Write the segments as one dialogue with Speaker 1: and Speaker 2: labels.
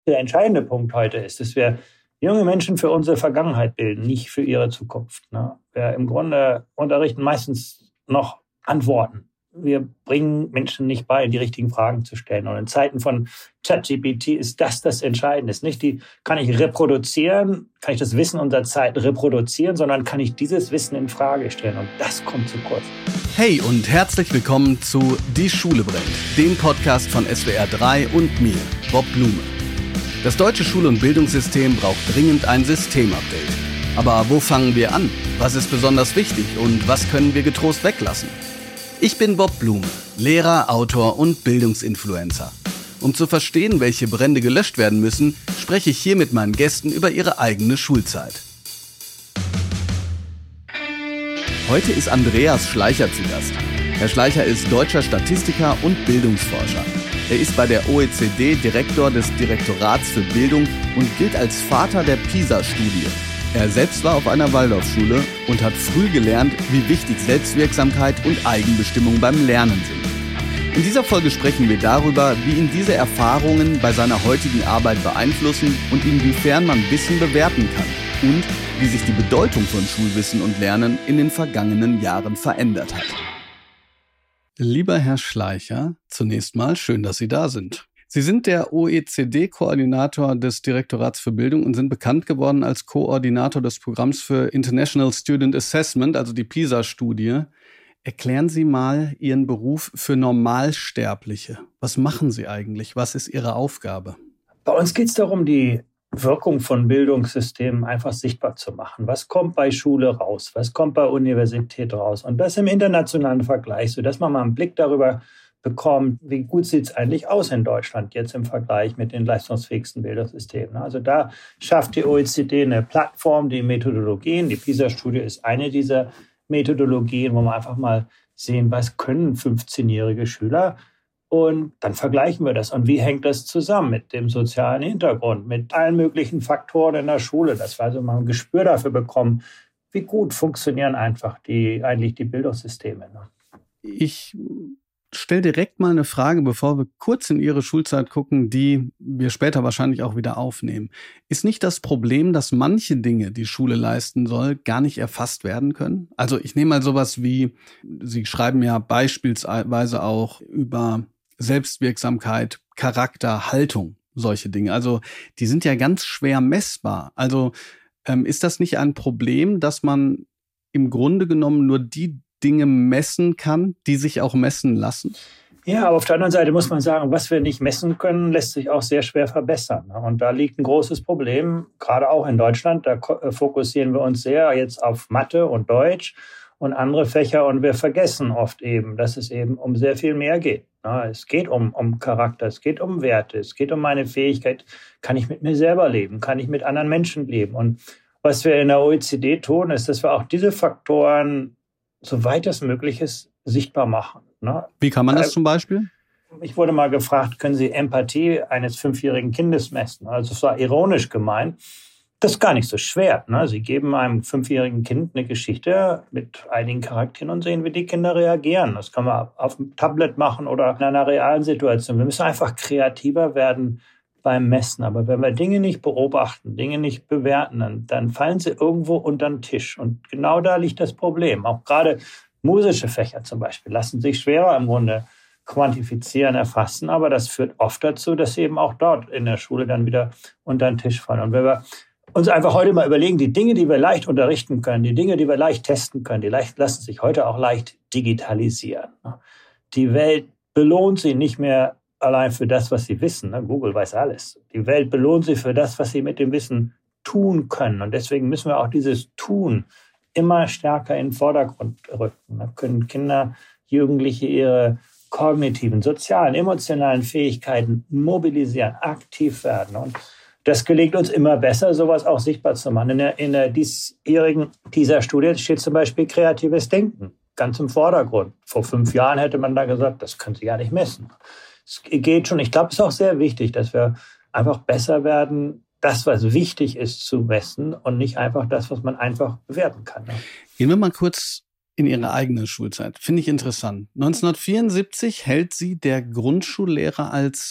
Speaker 1: Der entscheidende Punkt heute ist, dass wir junge Menschen für unsere Vergangenheit bilden, nicht für ihre Zukunft. Wir im Grunde unterrichten meistens noch Antworten. Wir bringen Menschen nicht bei, die richtigen Fragen zu stellen. Und in Zeiten von ChatGPT ist das Entscheidende. Kann ich reproduzieren, kann ich das Wissen unserer Zeit reproduzieren, sondern kann ich dieses Wissen in Frage stellen. Und das kommt zu kurz.
Speaker 2: Hey und herzlich willkommen zu Die Schule brennt, dem Podcast von SWR 3 und mir, Bob Blume. Das deutsche Schul- und Bildungssystem braucht dringend ein Systemupdate. Aber wo fangen wir an? Was ist besonders wichtig und was können wir getrost weglassen? Ich bin Bob Blume, Lehrer, Autor und Bildungsinfluencer. Um zu verstehen, welche Brände gelöscht werden müssen, spreche ich hier mit meinen Gästen über ihre eigene Schulzeit. Heute ist Andreas Schleicher zu Gast. Herr Schleicher ist deutscher Statistiker und Bildungsforscher. Er ist bei der OECD Direktor des Direktorats für Bildung und gilt als Vater der PISA-Studie. Er selbst war auf einer Waldorfschule und hat früh gelernt, wie wichtig Selbstwirksamkeit und Eigenbestimmung beim Lernen sind. In dieser Folge sprechen wir darüber, wie ihn diese Erfahrungen bei seiner heutigen Arbeit beeinflussen und inwiefern man Wissen bewerten kann und wie sich die Bedeutung von Schulwissen und Lernen in den vergangenen Jahren verändert hat. Lieber Herr Schleicher, zunächst mal schön, dass Sie da sind. Sie sind der OECD-Koordinator des Direktorats für Bildung und sind bekannt geworden als Koordinator des Programms für International Student Assessment, also die PISA-Studie. Erklären Sie mal Ihren Beruf für Normalsterbliche. Was machen Sie eigentlich? Was ist Ihre Aufgabe?
Speaker 1: Bei uns geht es darum, die Wirkung von Bildungssystemen einfach sichtbar zu machen. Was kommt bei Schule raus? Was kommt bei Universität raus? Und das im internationalen Vergleich, sodass man mal einen Blick darüber bekommt, wie gut sieht es eigentlich aus in Deutschland jetzt im Vergleich mit den leistungsfähigsten Bildungssystemen. Also da schafft die OECD eine Plattform, die Methodologien. Die PISA-Studie ist eine dieser Methodologien, wo wir einfach mal sehen, was können 15-jährige Schüler. Und dann vergleichen wir das. Und wie hängt das zusammen mit dem sozialen Hintergrund, mit allen möglichen Faktoren in der Schule, dass wir also mal ein Gespür dafür bekommen, wie gut funktionieren eigentlich die Bildungssysteme.
Speaker 2: Ich stell direkt mal eine Frage, bevor wir kurz in Ihre Schulzeit gucken, die wir später wahrscheinlich auch wieder aufnehmen. Ist nicht das Problem, dass manche Dinge, die Schule leisten soll, gar nicht erfasst werden können? Also ich nehme mal sowas wie, Sie schreiben ja beispielsweise auch über Selbstwirksamkeit, Charakter, Haltung, solche Dinge. Also die sind ja ganz schwer messbar. Also ist das nicht ein Problem, dass man im Grunde genommen nur die Dinge messen kann, die sich auch messen lassen?
Speaker 1: Ja, aber auf der anderen Seite muss man sagen, was wir nicht messen können, lässt sich auch sehr schwer verbessern. Und da liegt ein großes Problem, gerade auch in Deutschland. Da fokussieren wir uns sehr jetzt auf Mathe und Deutsch und andere Fächer. Und wir vergessen oft eben, dass es eben um sehr viel mehr geht. Es geht um Charakter, es geht um Werte, es geht um meine Fähigkeit, kann ich mit mir selber leben, kann ich mit anderen Menschen leben. Und was wir in der OECD tun, ist, dass wir auch diese Faktoren, soweit es möglich ist, sichtbar machen.
Speaker 2: Wie kann man das zum Beispiel?
Speaker 1: Ich wurde mal gefragt, können Sie Empathie eines 5-jährigen Kindes messen? Also es war ironisch gemeint. Das ist gar nicht so schwer. Sie geben einem 5-jährigen Kind eine Geschichte mit einigen Charakteren und sehen, wie die Kinder reagieren. Das kann man auf dem Tablet machen oder in einer realen Situation. Wir müssen einfach kreativer werden beim Messen. Aber wenn wir Dinge nicht beobachten, Dinge nicht bewerten, dann fallen sie irgendwo unter den Tisch. Und genau da liegt das Problem. Auch gerade musische Fächer zum Beispiel lassen sich schwerer im Grunde quantifizieren, erfassen. Aber das führt oft dazu, dass sie eben auch dort in der Schule dann wieder unter den Tisch fallen. Und wenn wir uns einfach heute mal überlegen, die Dinge, die wir leicht unterrichten können, die Dinge, die wir leicht testen können, lassen sich heute auch leicht digitalisieren. Die Welt belohnt sie nicht mehr allein für das, was sie wissen. Google weiß alles. Die Welt belohnt sie für das, was sie mit dem Wissen tun können. Und deswegen müssen wir auch dieses Tun immer stärker in den Vordergrund rücken. Da können Kinder, Jugendliche ihre kognitiven, sozialen, emotionalen Fähigkeiten mobilisieren, aktiv werden. Und das gelingt uns immer besser, sowas auch sichtbar zu machen. In der diesjährigen PISA-Studie steht zum Beispiel kreatives Denken ganz im Vordergrund. Vor 5 Jahren hätte man da gesagt, das können Sie gar nicht messen. Es geht schon. Ich glaube, es ist auch sehr wichtig, dass wir einfach besser werden, das, was wichtig ist, zu messen und nicht einfach das, was man einfach bewerten kann.
Speaker 2: Gehen wir mal kurz in Ihre eigene Schulzeit. Finde ich interessant. 1974 hält Sie der Grundschullehrer als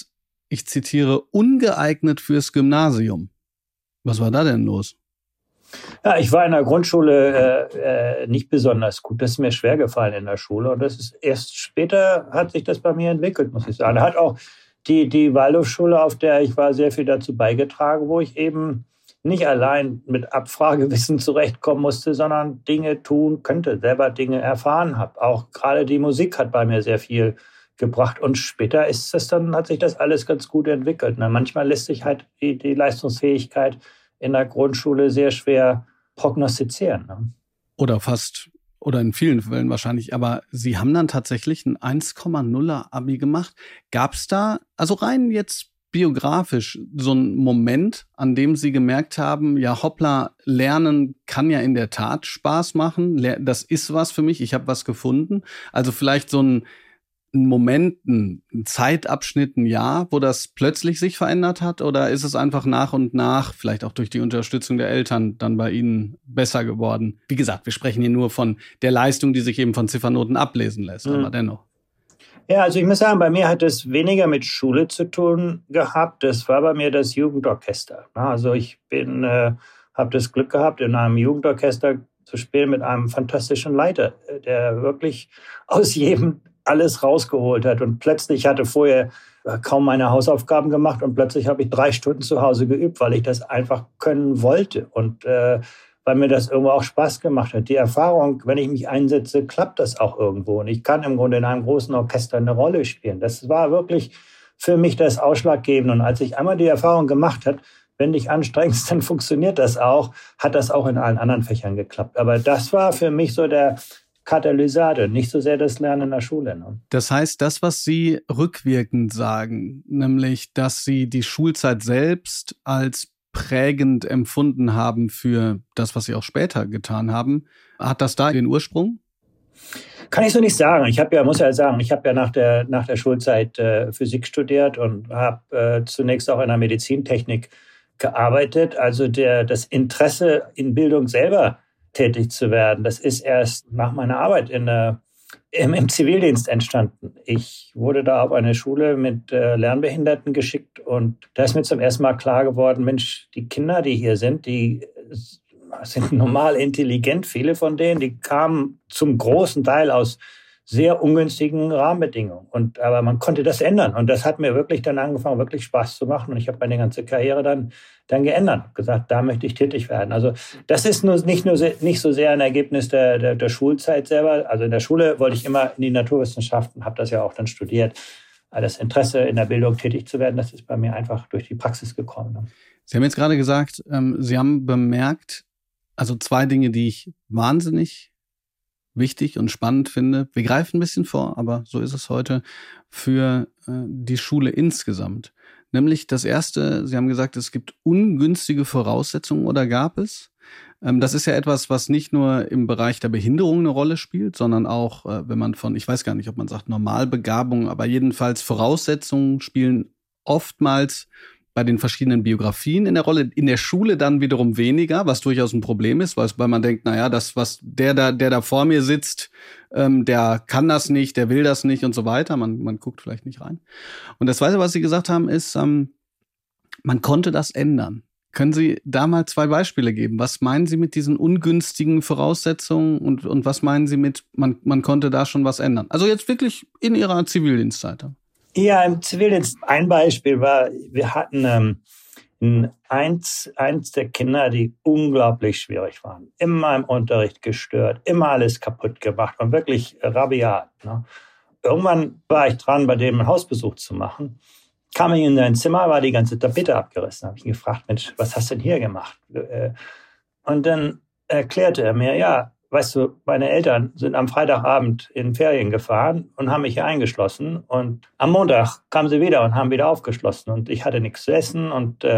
Speaker 2: ich zitiere, ungeeignet fürs Gymnasium. Was war da denn los?
Speaker 1: Ja, ich war in der Grundschule nicht besonders gut. Das ist mir schwer gefallen in der Schule. Und das ist erst später hat sich das bei mir entwickelt, muss ich sagen. Da hat auch die Waldorfschule, auf der ich war, sehr viel dazu beigetragen, wo ich eben nicht allein mit Abfragewissen zurechtkommen musste, sondern Dinge tun könnte, selber Dinge erfahren habe. Auch gerade die Musik hat bei mir sehr viel gebracht. Und später hat sich das alles ganz gut entwickelt. Na, manchmal lässt sich halt die Leistungsfähigkeit in der Grundschule sehr schwer prognostizieren. Ne?
Speaker 2: Oder in vielen Fällen wahrscheinlich. Aber Sie haben dann tatsächlich ein 1,0er Abi gemacht. Gab es da, also rein jetzt biografisch, so einen Moment, an dem Sie gemerkt haben, ja hoppla, Lernen kann ja in der Tat Spaß machen. Das ist was für mich, ich habe was gefunden. Also vielleicht so ein Moment, ein Zeitabschnitt, ein Jahr, wo das plötzlich sich verändert hat? Oder ist es einfach nach und nach, vielleicht auch durch die Unterstützung der Eltern, dann bei Ihnen besser geworden? Wie gesagt, wir sprechen hier nur von der Leistung, die sich eben von Ziffernoten ablesen lässt, aber dennoch.
Speaker 1: Ja, also ich muss sagen, bei mir hat es weniger mit Schule zu tun gehabt. Das war bei mir das Jugendorchester. Also ich habe das Glück gehabt, in einem Jugendorchester zu spielen mit einem fantastischen Leiter, der wirklich aus jedem alles rausgeholt hat. Und plötzlich hatte vorher kaum meine Hausaufgaben gemacht und plötzlich habe ich 3 Stunden zu Hause geübt, weil ich das einfach können wollte und weil mir das irgendwo auch Spaß gemacht hat. Die Erfahrung, wenn ich mich einsetze, klappt das auch irgendwo. Und ich kann im Grunde in einem großen Orchester eine Rolle spielen. Das war wirklich für mich das Ausschlaggebende. Und als ich einmal die Erfahrung gemacht habe, wenn dich anstrengst, dann funktioniert das auch, hat das auch in allen anderen Fächern geklappt. Aber das war für mich so der Katalysator, nicht so sehr das Lernen in der Schule. Ne?
Speaker 2: Das heißt, das, was Sie rückwirkend sagen, nämlich, dass Sie die Schulzeit selbst als prägend empfunden haben für das, was Sie auch später getan haben, hat das da den Ursprung?
Speaker 1: Kann ich so nicht sagen. Ich habe ja nach der Schulzeit Physik studiert und habe zunächst auch in der Medizintechnik gearbeitet. Also das Interesse in Bildung selber tätig zu werden, das ist erst nach meiner Arbeit im Zivildienst entstanden. Ich wurde da auf eine Schule mit Lernbehinderten geschickt und da ist mir zum ersten Mal klar geworden, Mensch, die Kinder, die hier sind, die sind normal intelligent, viele von denen, die kamen zum großen Teil aus sehr ungünstigen Rahmenbedingungen. Aber man konnte das ändern. Und das hat mir wirklich dann angefangen, wirklich Spaß zu machen. Und ich habe meine ganze Karriere dann geändert. Gesagt, da möchte ich tätig werden. Also das ist nicht so sehr ein Ergebnis der Schulzeit selber. Also in der Schule wollte ich immer in die Naturwissenschaften, habe das ja auch dann studiert. Das Interesse in der Bildung tätig zu werden, das ist bei mir einfach durch die Praxis gekommen.
Speaker 2: Sie haben jetzt gerade gesagt, Sie haben bemerkt, also 2 Dinge, die ich wahnsinnig wichtig und spannend finde. Wir greifen ein bisschen vor, aber so ist es heute für die Schule insgesamt. Nämlich das Erste, Sie haben gesagt, es gibt ungünstige Voraussetzungen oder gab es. Das ist ja etwas, was nicht nur im Bereich der Behinderung eine Rolle spielt, sondern auch, wenn man ich weiß gar nicht, ob man sagt Normalbegabung, aber jedenfalls Voraussetzungen spielen oftmals bei den verschiedenen Biografien in der Rolle, in der Schule dann wiederum weniger, was durchaus ein Problem ist, weil man denkt, naja, das, was der da vor mir sitzt, der kann das nicht, der will das nicht und so weiter. Man guckt vielleicht nicht rein. Und das Zweite, was Sie gesagt haben, ist, man konnte das ändern. Können Sie da mal 2 Beispiele geben? Was meinen Sie mit diesen ungünstigen Voraussetzungen und was meinen Sie mit, man konnte da schon was ändern? Also jetzt wirklich in Ihrer Zivildienstzeit.
Speaker 1: Ja, im Zivildienst ein Beispiel war, wir hatten eins der Kinder, die unglaublich schwierig waren. Immer im Unterricht gestört, immer alles kaputt gemacht und wirklich rabiat. Ne? Irgendwann war ich dran, bei dem einen Hausbesuch zu machen. Kam ich in sein Zimmer, war die ganze Tapete abgerissen. Habe ich ihn gefragt, Mensch, was hast du denn hier gemacht? Und dann erklärte er mir, ja, weißt du, meine Eltern sind am Freitagabend in Ferien gefahren und haben mich hier eingeschlossen. Und am Montag kamen sie wieder und haben wieder aufgeschlossen. Und ich hatte nichts zu essen.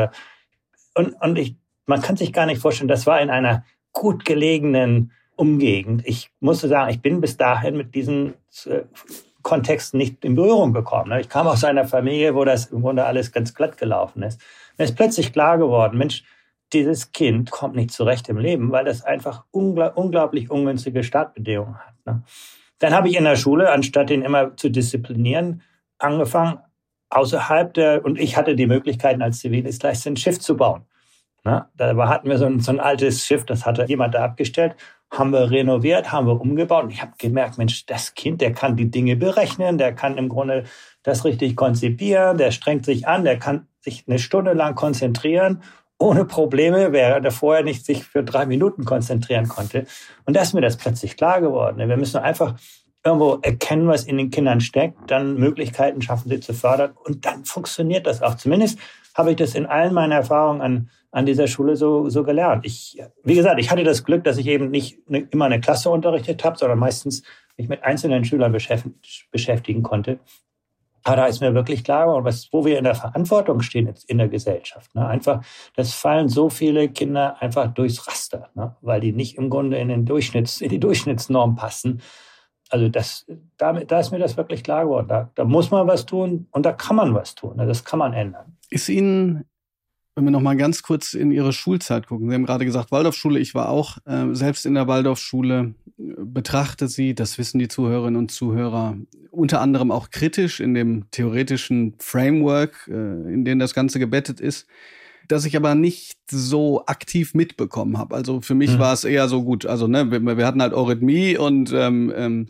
Speaker 1: Man kann sich gar nicht vorstellen, das war in einer gut gelegenen Umgegend. Ich musste sagen, ich bin bis dahin mit diesen Kontexten nicht in Berührung gekommen. Ich kam aus einer Familie, wo das im Grunde alles ganz glatt gelaufen ist. Mir ist plötzlich klar geworden, Mensch, dieses Kind kommt nicht zurecht im Leben, weil das einfach unglaublich ungünstige Startbedingungen hat. Ne? Dann habe ich in der Schule, anstatt ihn immer zu disziplinieren, angefangen, und ich hatte die Möglichkeiten als Zivildienstleister ein Schiff zu bauen. Na, hatten wir so ein altes Schiff, das hatte jemand da abgestellt, haben wir renoviert, haben wir umgebaut. Und ich habe gemerkt, Mensch, das Kind, der kann die Dinge berechnen, der kann im Grunde das richtig konzipieren, der strengt sich an, der kann sich eine Stunde lang konzentrieren, ohne Probleme, während er vorher nicht sich für 3 Minuten konzentrieren konnte. Und da ist mir das plötzlich klar geworden. Wir müssen einfach irgendwo erkennen, was in den Kindern steckt, dann Möglichkeiten schaffen, sie zu fördern. Und dann funktioniert das auch. Zumindest habe ich das in allen meinen Erfahrungen an dieser Schule so gelernt. Wie gesagt, ich hatte das Glück, dass ich eben nicht immer eine Klasse unterrichtet habe, sondern meistens mich mit einzelnen Schülern beschäftigen konnte. Aber da ist mir wirklich klar geworden, wo wir in der Verantwortung stehen jetzt in der Gesellschaft. Ne? Einfach, das fallen so viele Kinder einfach durchs Raster, ne? Weil die nicht im Grunde in die Durchschnittsnorm passen. Also da ist mir das wirklich klar geworden. Da muss man was tun und da kann man was tun. Das kann man ändern.
Speaker 2: Ist Ihnen, wenn wir noch mal ganz kurz in Ihre Schulzeit gucken, Sie haben gerade gesagt, Waldorfschule, ich war auch selbst in der Waldorfschule, betrachte sie, das wissen die Zuhörerinnen und Zuhörer, unter anderem auch kritisch in dem theoretischen Framework, in dem das Ganze gebettet ist, das ich aber nicht so aktiv mitbekommen habe. Also für mich war es eher so gut. Also wir hatten halt Eurythmie und wir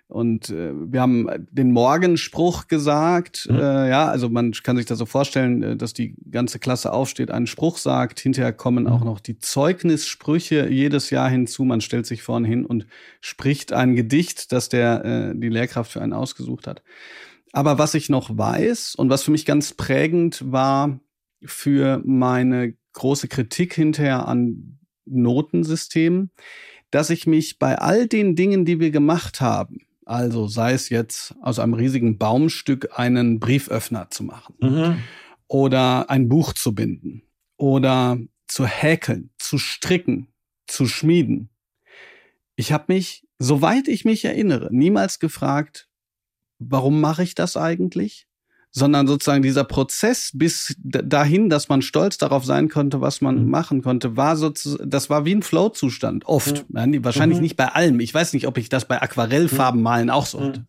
Speaker 2: haben den Morgenspruch gesagt. Also man kann sich das so vorstellen, dass die ganze Klasse aufsteht, einen Spruch sagt. Hinterher kommen auch noch die Zeugnissprüche jedes Jahr hinzu. Man stellt sich vorne hin und spricht ein Gedicht, das die Lehrkraft für einen ausgesucht hat. Aber was ich noch weiß und was für mich ganz prägend war, für meine große Kritik hinterher an Notensystemen, dass ich mich bei all den Dingen, die wir gemacht haben, also sei es jetzt aus einem riesigen Baumstück einen Brieföffner zu machen oder ein Buch zu binden oder zu häkeln, zu stricken, zu schmieden. Ich habe mich, soweit ich mich erinnere, niemals gefragt, warum mache ich das eigentlich? Sondern sozusagen dieser Prozess bis dahin, dass man stolz darauf sein konnte, was man machen konnte, das war wie ein Flow-Zustand, oft. Wahrscheinlich nicht bei allem. Ich weiß nicht, ob ich das bei Aquarellfarbenmalen auch so hatte.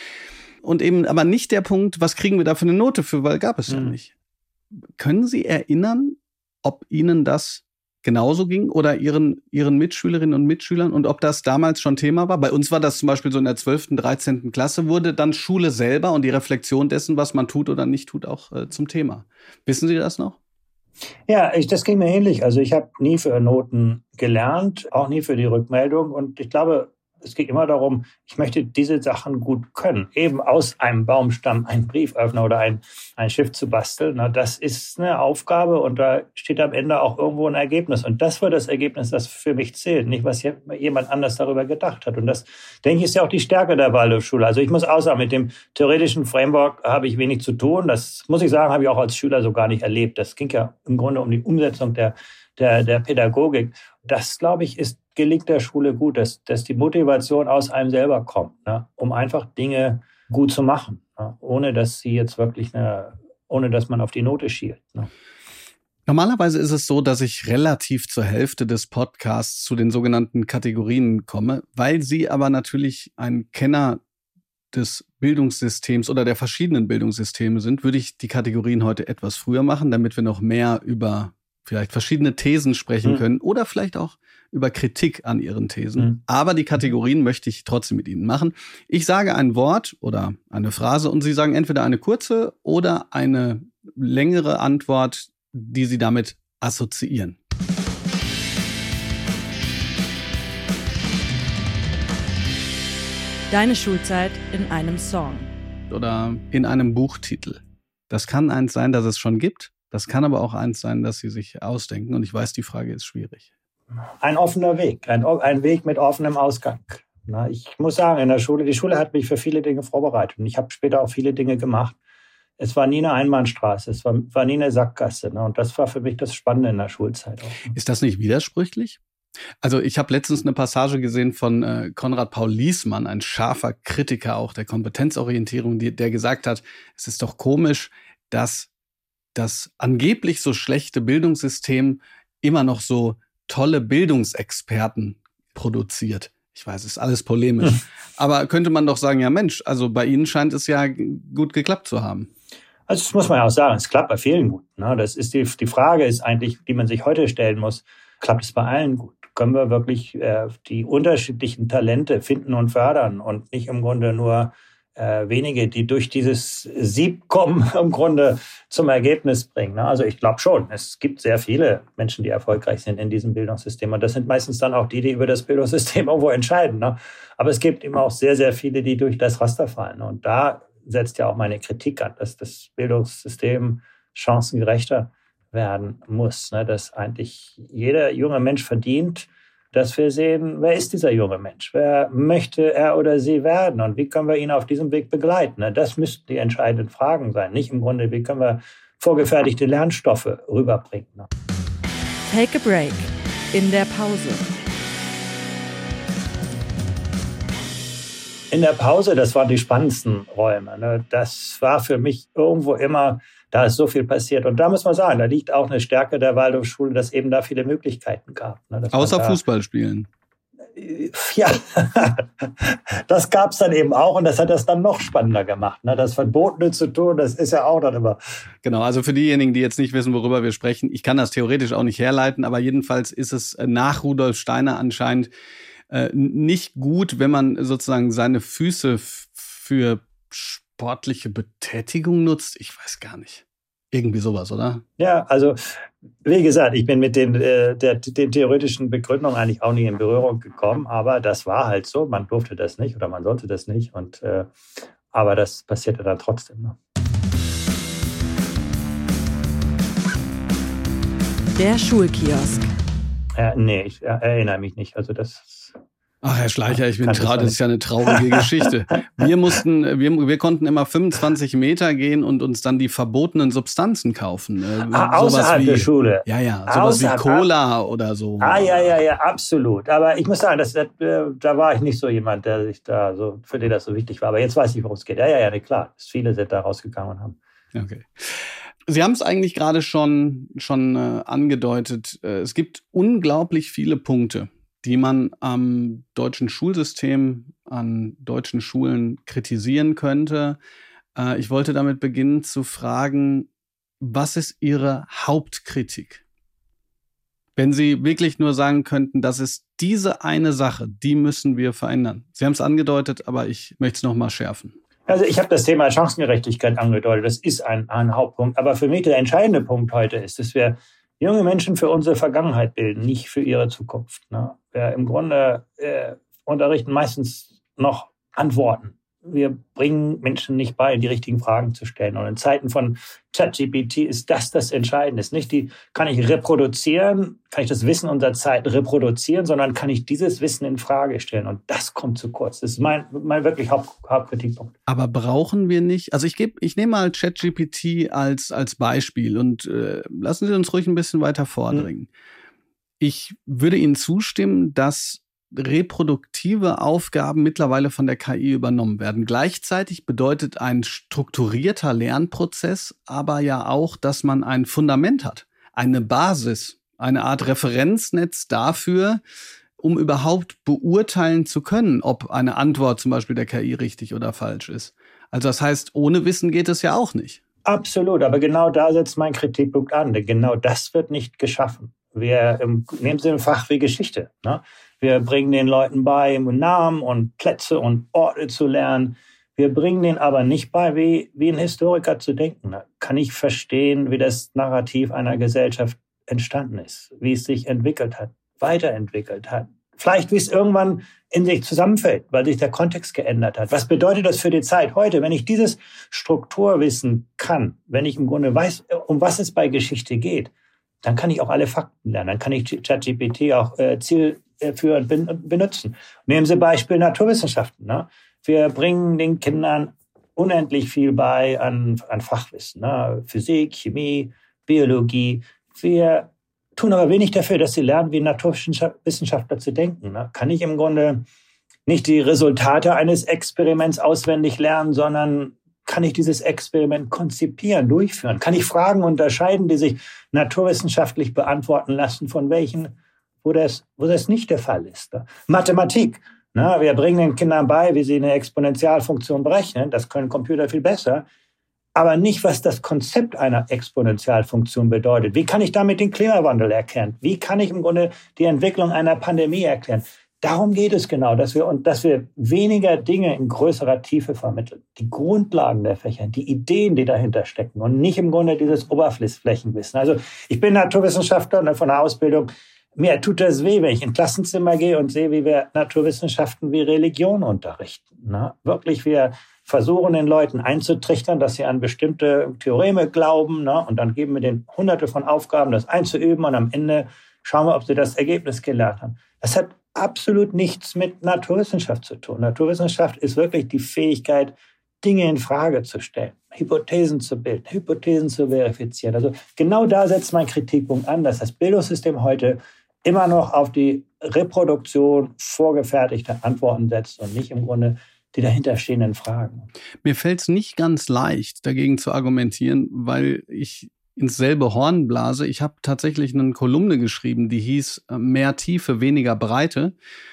Speaker 2: Und eben aber nicht der Punkt, was kriegen wir da für eine Note für, weil gab es ja nicht. Können Sie erinnern, ob Ihnen das genauso ging oder Ihren Mitschülerinnen und Mitschülern und ob das damals schon Thema war? Bei uns war das zum Beispiel so in der 12., 13. Klasse, wurde dann Schule selber und die Reflexion dessen, was man tut oder nicht tut, auch zum Thema. Wissen Sie das noch?
Speaker 1: Ja, das ging mir ähnlich. Also ich habe nie für Noten gelernt, auch nie für die Rückmeldung. Und ich glaube, es geht immer darum, ich möchte diese Sachen gut können. Eben aus einem Baumstamm einen Brieföffner oder ein Schiff zu basteln. Na, das ist eine Aufgabe und da steht am Ende auch irgendwo ein Ergebnis. Und das war das Ergebnis, das für mich zählt, nicht was jemand anders darüber gedacht hat. Und das, denke ich, ist ja auch die Stärke der Waldorfschule. Also ich muss auch sagen, mit dem theoretischen Framework habe ich wenig zu tun. Das muss ich sagen, habe ich auch als Schüler so gar nicht erlebt. Das ging ja im Grunde um die Umsetzung der Pädagogik. Das, glaube ich, gelingt der Schule gut, dass die Motivation aus einem selber kommt, ne, um einfach Dinge gut zu machen, ne, ohne dass man auf die Note schielt. Ne.
Speaker 2: Normalerweise ist es so, dass ich relativ zur Hälfte des Podcasts zu den sogenannten Kategorien komme, weil Sie aber natürlich ein Kenner des Bildungssystems oder der verschiedenen Bildungssysteme sind, würde ich die Kategorien heute etwas früher machen, damit wir noch mehr über vielleicht verschiedene Thesen sprechen können oder vielleicht auch über Kritik an Ihren Thesen. Aber die Kategorien möchte ich trotzdem mit Ihnen machen. Ich sage ein Wort oder eine Phrase und Sie sagen entweder eine kurze oder eine längere Antwort, die Sie damit assoziieren.
Speaker 3: Deine Schulzeit in einem Song.
Speaker 2: Oder in einem Buchtitel. Das kann eins sein, das es schon gibt. Das kann aber auch eins sein, das Sie sich ausdenken. Und ich weiß, die Frage ist schwierig.
Speaker 1: Ein offener Weg, ein Weg mit offenem Ausgang. Na, ich muss sagen, die Schule hat mich für viele Dinge vorbereitet. Und ich habe später auch viele Dinge gemacht. Es war nie eine Einbahnstraße, es war nie eine Sackgasse. Ne? Und das war für mich das Spannende in der Schulzeit auch.
Speaker 2: Ist das nicht widersprüchlich? Also ich habe letztens eine Passage gesehen von Konrad Paul Liesmann, ein scharfer Kritiker auch der Kompetenzorientierung, der gesagt hat, es ist doch komisch, dass das angeblich so schlechte Bildungssystem immer noch so tolle Bildungsexperten produziert. Ich weiß, es ist alles polemisch. Aber könnte man doch sagen, ja Mensch, also bei Ihnen scheint es ja gut geklappt zu haben.
Speaker 1: Also das muss man ja auch sagen, es klappt bei vielen gut. Ne? Das ist die Frage ist eigentlich, die man sich heute stellen muss, klappt es bei allen gut? Können wir wirklich die unterschiedlichen Talente finden und fördern und nicht im Grunde nur wenige, die durch dieses Sieb kommen, im Grunde zum Ergebnis bringen. Ne? Also ich glaube schon, es gibt sehr viele Menschen, die erfolgreich sind in diesem Bildungssystem. Und das sind meistens dann auch die über das Bildungssystem irgendwo entscheiden. Ne? Aber es gibt eben auch sehr, sehr viele, die durch das Raster fallen. Und da setzt ja auch meine Kritik an, dass das Bildungssystem chancengerechter werden muss. Ne? Dass eigentlich jeder junge Mensch verdient, dass wir sehen, wer ist dieser junge Mensch? Wer möchte er oder sie werden? Und wie können wir ihn auf diesem Weg begleiten? Das müssten die entscheidenden Fragen sein. Nicht im Grunde, wie können wir vorgefertigte Lernstoffe rüberbringen?
Speaker 3: Take a break. In der Pause.
Speaker 1: In der Pause, das waren die spannendsten Räume. Das war für mich irgendwo immer, da ist so viel passiert. Und da muss man sagen, da liegt auch eine Stärke der Waldorfschule, dass eben da viele Möglichkeiten gab.
Speaker 2: Außer Fußball spielen.
Speaker 1: Ja, das gab es dann eben auch und das hat das dann noch spannender gemacht. Das Verbotene zu tun, das ist ja auch dann immer.
Speaker 2: Genau, also für diejenigen, die jetzt nicht wissen, worüber wir sprechen, ich kann das theoretisch auch nicht herleiten, aber jedenfalls ist es nach Rudolf Steiner anscheinend nicht gut, wenn man sozusagen seine Füße für sportliche Betätigung nutzt. Ich weiß gar nicht. Irgendwie sowas, oder?
Speaker 1: Ja, also wie gesagt, ich bin mit den theoretischen Begründungen eigentlich auch nie in Berührung gekommen, aber das war halt so. Man durfte das nicht oder man sollte das nicht. Aber das passierte dann trotzdem. Ne?
Speaker 3: Der Schulkiosk.
Speaker 1: Nee, ich erinnere mich nicht. Also das.
Speaker 2: Ach, Herr Schleicher, ich bin traurig. Das ist ja eine traurige Geschichte. Wir konnten immer 25 Meter gehen und uns dann die verbotenen Substanzen kaufen.
Speaker 1: Außerhalb der Schule.
Speaker 2: Ja, sowas wie Cola oder so.
Speaker 1: Ja, absolut. Aber ich muss sagen, da war ich nicht so jemand, der sich da so, für den das so wichtig war. Aber jetzt weiß ich, worum es geht. Ja, klar. Viele sind da rausgegangen und haben.
Speaker 2: Okay. Sie haben es eigentlich gerade schon angedeutet. Es gibt unglaublich viele Punkte, die man am deutschen Schulsystem, an deutschen Schulen kritisieren könnte. Ich wollte damit beginnen zu fragen, was ist Ihre Hauptkritik? Wenn Sie wirklich nur sagen könnten, das ist diese eine Sache, die müssen wir verändern. Sie haben es angedeutet, aber ich möchte es noch mal schärfen.
Speaker 1: Also ich habe das Thema Chancengerechtigkeit angedeutet. Das ist ein Hauptpunkt. Aber für mich der entscheidende Punkt heute ist, dass wir junge Menschen für unsere Vergangenheit bilden, nicht für ihre Zukunft. Ne? Wir im Grunde unterrichten meistens noch Antworten. Wir bringen Menschen nicht bei, die richtigen Fragen zu stellen. Und in Zeiten von ChatGPT ist das Entscheidende. Ist nicht kann ich reproduzieren, kann ich das Wissen unserer Zeit reproduzieren, sondern kann ich dieses Wissen in Frage stellen. Und das kommt zu kurz. Das ist mein wirklich Hauptkritikpunkt.
Speaker 2: Aber brauchen wir nicht, also ich nehme mal ChatGPT als Beispiel und lassen Sie uns ruhig ein bisschen weiter vordringen. Ich würde Ihnen zustimmen, dass reproduktive Aufgaben mittlerweile von der KI übernommen werden. Gleichzeitig bedeutet ein strukturierter Lernprozess aber ja auch, dass man ein Fundament hat, eine Basis, eine Art Referenznetz dafür, um überhaupt beurteilen zu können, ob eine Antwort zum Beispiel der KI richtig oder falsch ist. Also das heißt, ohne Wissen geht es ja auch nicht.
Speaker 1: Absolut, aber genau da setzt mein Kritikpunkt an. Denn genau das wird nicht geschaffen. Nehmen Sie ein Fach wie Geschichte. Ne? Wir bringen den Leuten bei, Namen und Plätze und Orte zu lernen. Wir bringen denen aber nicht bei, wie ein Historiker zu denken. Da kann ich verstehen, wie das Narrativ einer Gesellschaft entstanden ist, wie es sich entwickelt hat, weiterentwickelt hat. Vielleicht, wie es irgendwann in sich zusammenfällt, weil sich der Kontext geändert hat. Was bedeutet das für die Zeit heute? Wenn ich dieses Strukturwissen kann, wenn ich im Grunde weiß, um was es bei Geschichte geht, dann kann ich auch alle Fakten lernen. Dann kann ich ChatGPT auch zielführend benutzen. Nehmen Sie Beispiel Naturwissenschaften. Ne? Wir bringen den Kindern unendlich viel bei an Fachwissen. Ne? Physik, Chemie, Biologie. Wir tun aber wenig dafür, dass sie lernen, wie Naturwissenschaftler zu denken. Ne? Kann ich im Grunde nicht die Resultate eines Experiments auswendig lernen, sondern kann ich dieses Experiment konzipieren, durchführen? Kann ich Fragen unterscheiden, die sich naturwissenschaftlich beantworten lassen, von welchen, wo das nicht der Fall ist? Mathematik. Wir bringen den Kindern bei, wie sie eine Exponentialfunktion berechnen. Das können Computer viel besser. aber nicht, was das Konzept einer Exponentialfunktion bedeutet. Wie kann ich damit den Klimawandel erklären? Wie kann ich im Grunde die Entwicklung einer Pandemie erklären? Darum geht es genau, dass wir weniger Dinge in größerer Tiefe vermitteln. Die Grundlagen der Fächer, die Ideen, die dahinter stecken und nicht im Grunde dieses Oberflächenwissen. Also ich bin Naturwissenschaftler von der Ausbildung. Mir tut das weh, wenn ich in Klassenzimmer gehe und sehe, wie wir Naturwissenschaften wie Religion unterrichten. Wirklich, wir versuchen den Leuten einzutrichtern, dass sie an bestimmte Theoreme glauben. Und dann geben wir denen hunderte von Aufgaben, das einzuüben. Und am Ende schauen wir, ob sie das Ergebnis gelernt haben. Das hat absolut nichts mit Naturwissenschaft zu tun. Naturwissenschaft ist wirklich die Fähigkeit, Dinge in Frage zu stellen, Hypothesen zu bilden, Hypothesen zu verifizieren. Also genau da setzt mein Kritikpunkt an, dass das Bildungssystem heute immer noch auf die Reproduktion vorgefertigter Antworten setzt und nicht im Grunde die dahinterstehenden Fragen.
Speaker 4: Mir fällt es nicht ganz leicht, dagegen zu argumentieren, weil ich ins selbe Horn blase. Ich habe tatsächlich eine Kolumne geschrieben, die hieß Mehr Tiefe, weniger Breite.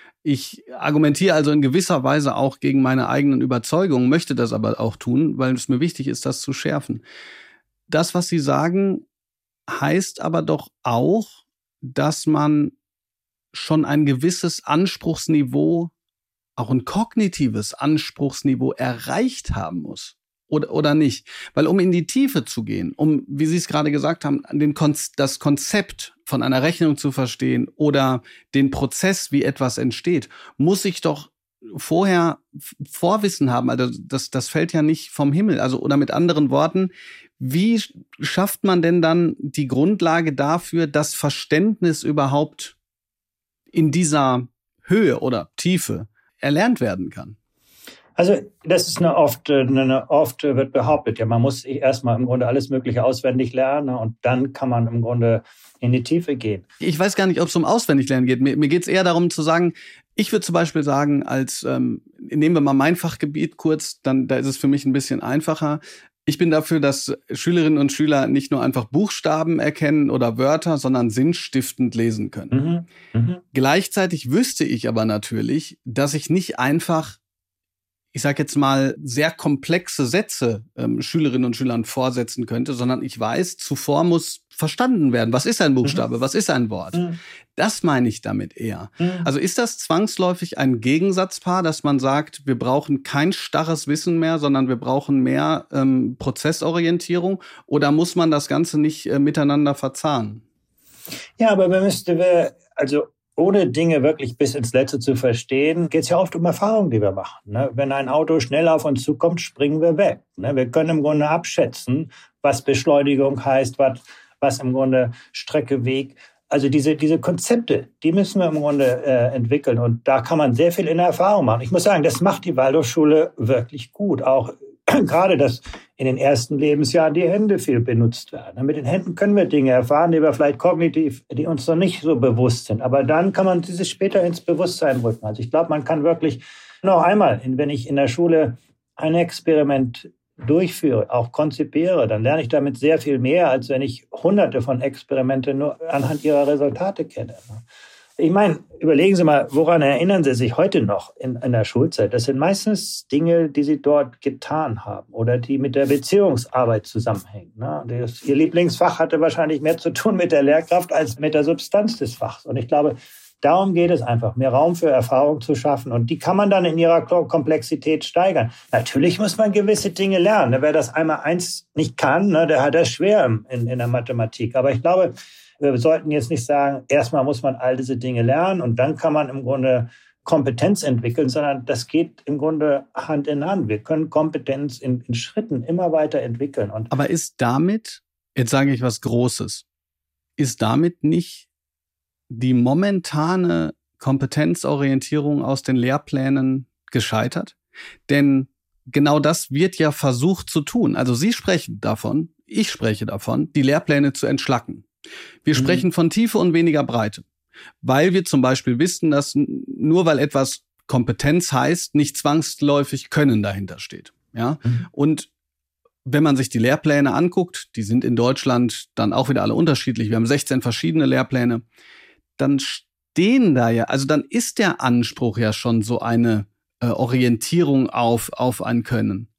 Speaker 4: Ich argumentiere also in gewisser Weise auch gegen meine eigenen Überzeugungen, möchte das aber auch tun, weil es mir wichtig ist, das zu schärfen. Das, was Sie sagen, heißt aber doch auch, dass man schon ein gewisses Anspruchsniveau, auch ein kognitives Anspruchsniveau erreicht haben muss. Oder nicht? Weil um in die Tiefe zu gehen, um, wie Sie es gerade gesagt haben, das Konzept von einer Rechnung zu verstehen oder den Prozess, wie etwas entsteht, muss ich doch vorher Vorwissen haben. Also das fällt ja nicht vom Himmel. Also, oder mit anderen Worten, wie schafft man denn dann die Grundlage dafür, dass Verständnis überhaupt in dieser Höhe oder Tiefe erlernt werden kann?
Speaker 1: Also das ist oft wird behauptet, ja, man muss erstmal im Grunde alles Mögliche auswendig lernen und dann kann man im Grunde in die Tiefe gehen.
Speaker 4: Ich weiß gar nicht, ob es um Auswendiglernen geht. Mir geht es eher darum zu sagen, ich würde zum Beispiel sagen, nehmen wir mal mein Fachgebiet kurz, da ist es für mich ein bisschen einfacher. Ich bin dafür, dass Schülerinnen und Schüler nicht nur einfach Buchstaben erkennen oder Wörter, sondern sinnstiftend lesen können. Gleichzeitig wüsste ich aber natürlich, dass ich nicht einfach, ich sage jetzt mal, sehr komplexe Sätze Schülerinnen und Schülern vorsetzen könnte, sondern ich weiß, zuvor muss verstanden werden. Was ist ein Buchstabe? Was ist ein Wort? Das meine ich damit eher. Also ist das zwangsläufig ein Gegensatzpaar, dass man sagt, wir brauchen kein starres Wissen mehr, sondern wir brauchen mehr Prozessorientierung? Oder muss man das Ganze nicht miteinander verzahnen?
Speaker 1: Ja, aber also ohne Dinge wirklich bis ins Letzte zu verstehen, geht es ja oft um Erfahrungen, die wir machen. Wenn ein Auto schnell auf uns zukommt, springen wir weg. Wir können im Grunde abschätzen, was Beschleunigung heißt, was im Grunde Strecke, Weg. Also diese Konzepte, die müssen wir im Grunde entwickeln. Und da kann man sehr viel in der Erfahrung machen. Ich muss sagen, das macht die Waldorfschule wirklich gut. Auch gerade, dass in den ersten Lebensjahren die Hände viel benutzt werden. Mit den Händen können wir Dinge erfahren, die wir vielleicht kognitiv, die uns noch nicht so bewusst sind. Aber dann kann man dieses später ins Bewusstsein rücken. Also ich glaube, man kann wirklich noch einmal, wenn ich in der Schule ein Experiment durchführe, auch konzipiere, dann lerne ich damit sehr viel mehr, als wenn ich hunderte von Experimenten nur anhand ihrer Resultate kenne. Ich meine, überlegen Sie mal, woran erinnern Sie sich heute noch in der Schulzeit? Das sind meistens Dinge, die Sie dort getan haben oder die mit der Beziehungsarbeit zusammenhängen. Ihr Lieblingsfach hatte wahrscheinlich mehr zu tun mit der Lehrkraft als mit der Substanz des Fachs. Und ich glaube, darum geht es einfach, mehr Raum für Erfahrung zu schaffen. Und die kann man dann in ihrer Komplexität steigern. Natürlich muss man gewisse Dinge lernen. Wer das einmal eins nicht kann, der hat das schwer in der Mathematik. Aber ich glaube, wir sollten jetzt nicht sagen, erstmal muss man all diese Dinge lernen und dann kann man im Grunde Kompetenz entwickeln, sondern das geht im Grunde Hand in Hand. Wir können Kompetenz in Schritten immer weiter entwickeln.
Speaker 4: Aber ist damit, jetzt sage ich was Großes, ist damit nicht die momentane Kompetenzorientierung aus den Lehrplänen gescheitert? Denn genau das wird ja versucht zu tun. Also Sie sprechen davon, ich spreche davon, die Lehrpläne zu entschlacken. Wir sprechen von Tiefe und weniger Breite, weil wir zum Beispiel wissen, dass nur weil etwas Kompetenz heißt, nicht zwangsläufig Können dahinter steht. Ja? Und wenn man sich die Lehrpläne anguckt, die sind in Deutschland dann auch wieder alle unterschiedlich, wir haben 16 verschiedene Lehrpläne, dann stehen da ja, also dann ist der Anspruch ja schon so eine Orientierung auf ein Können.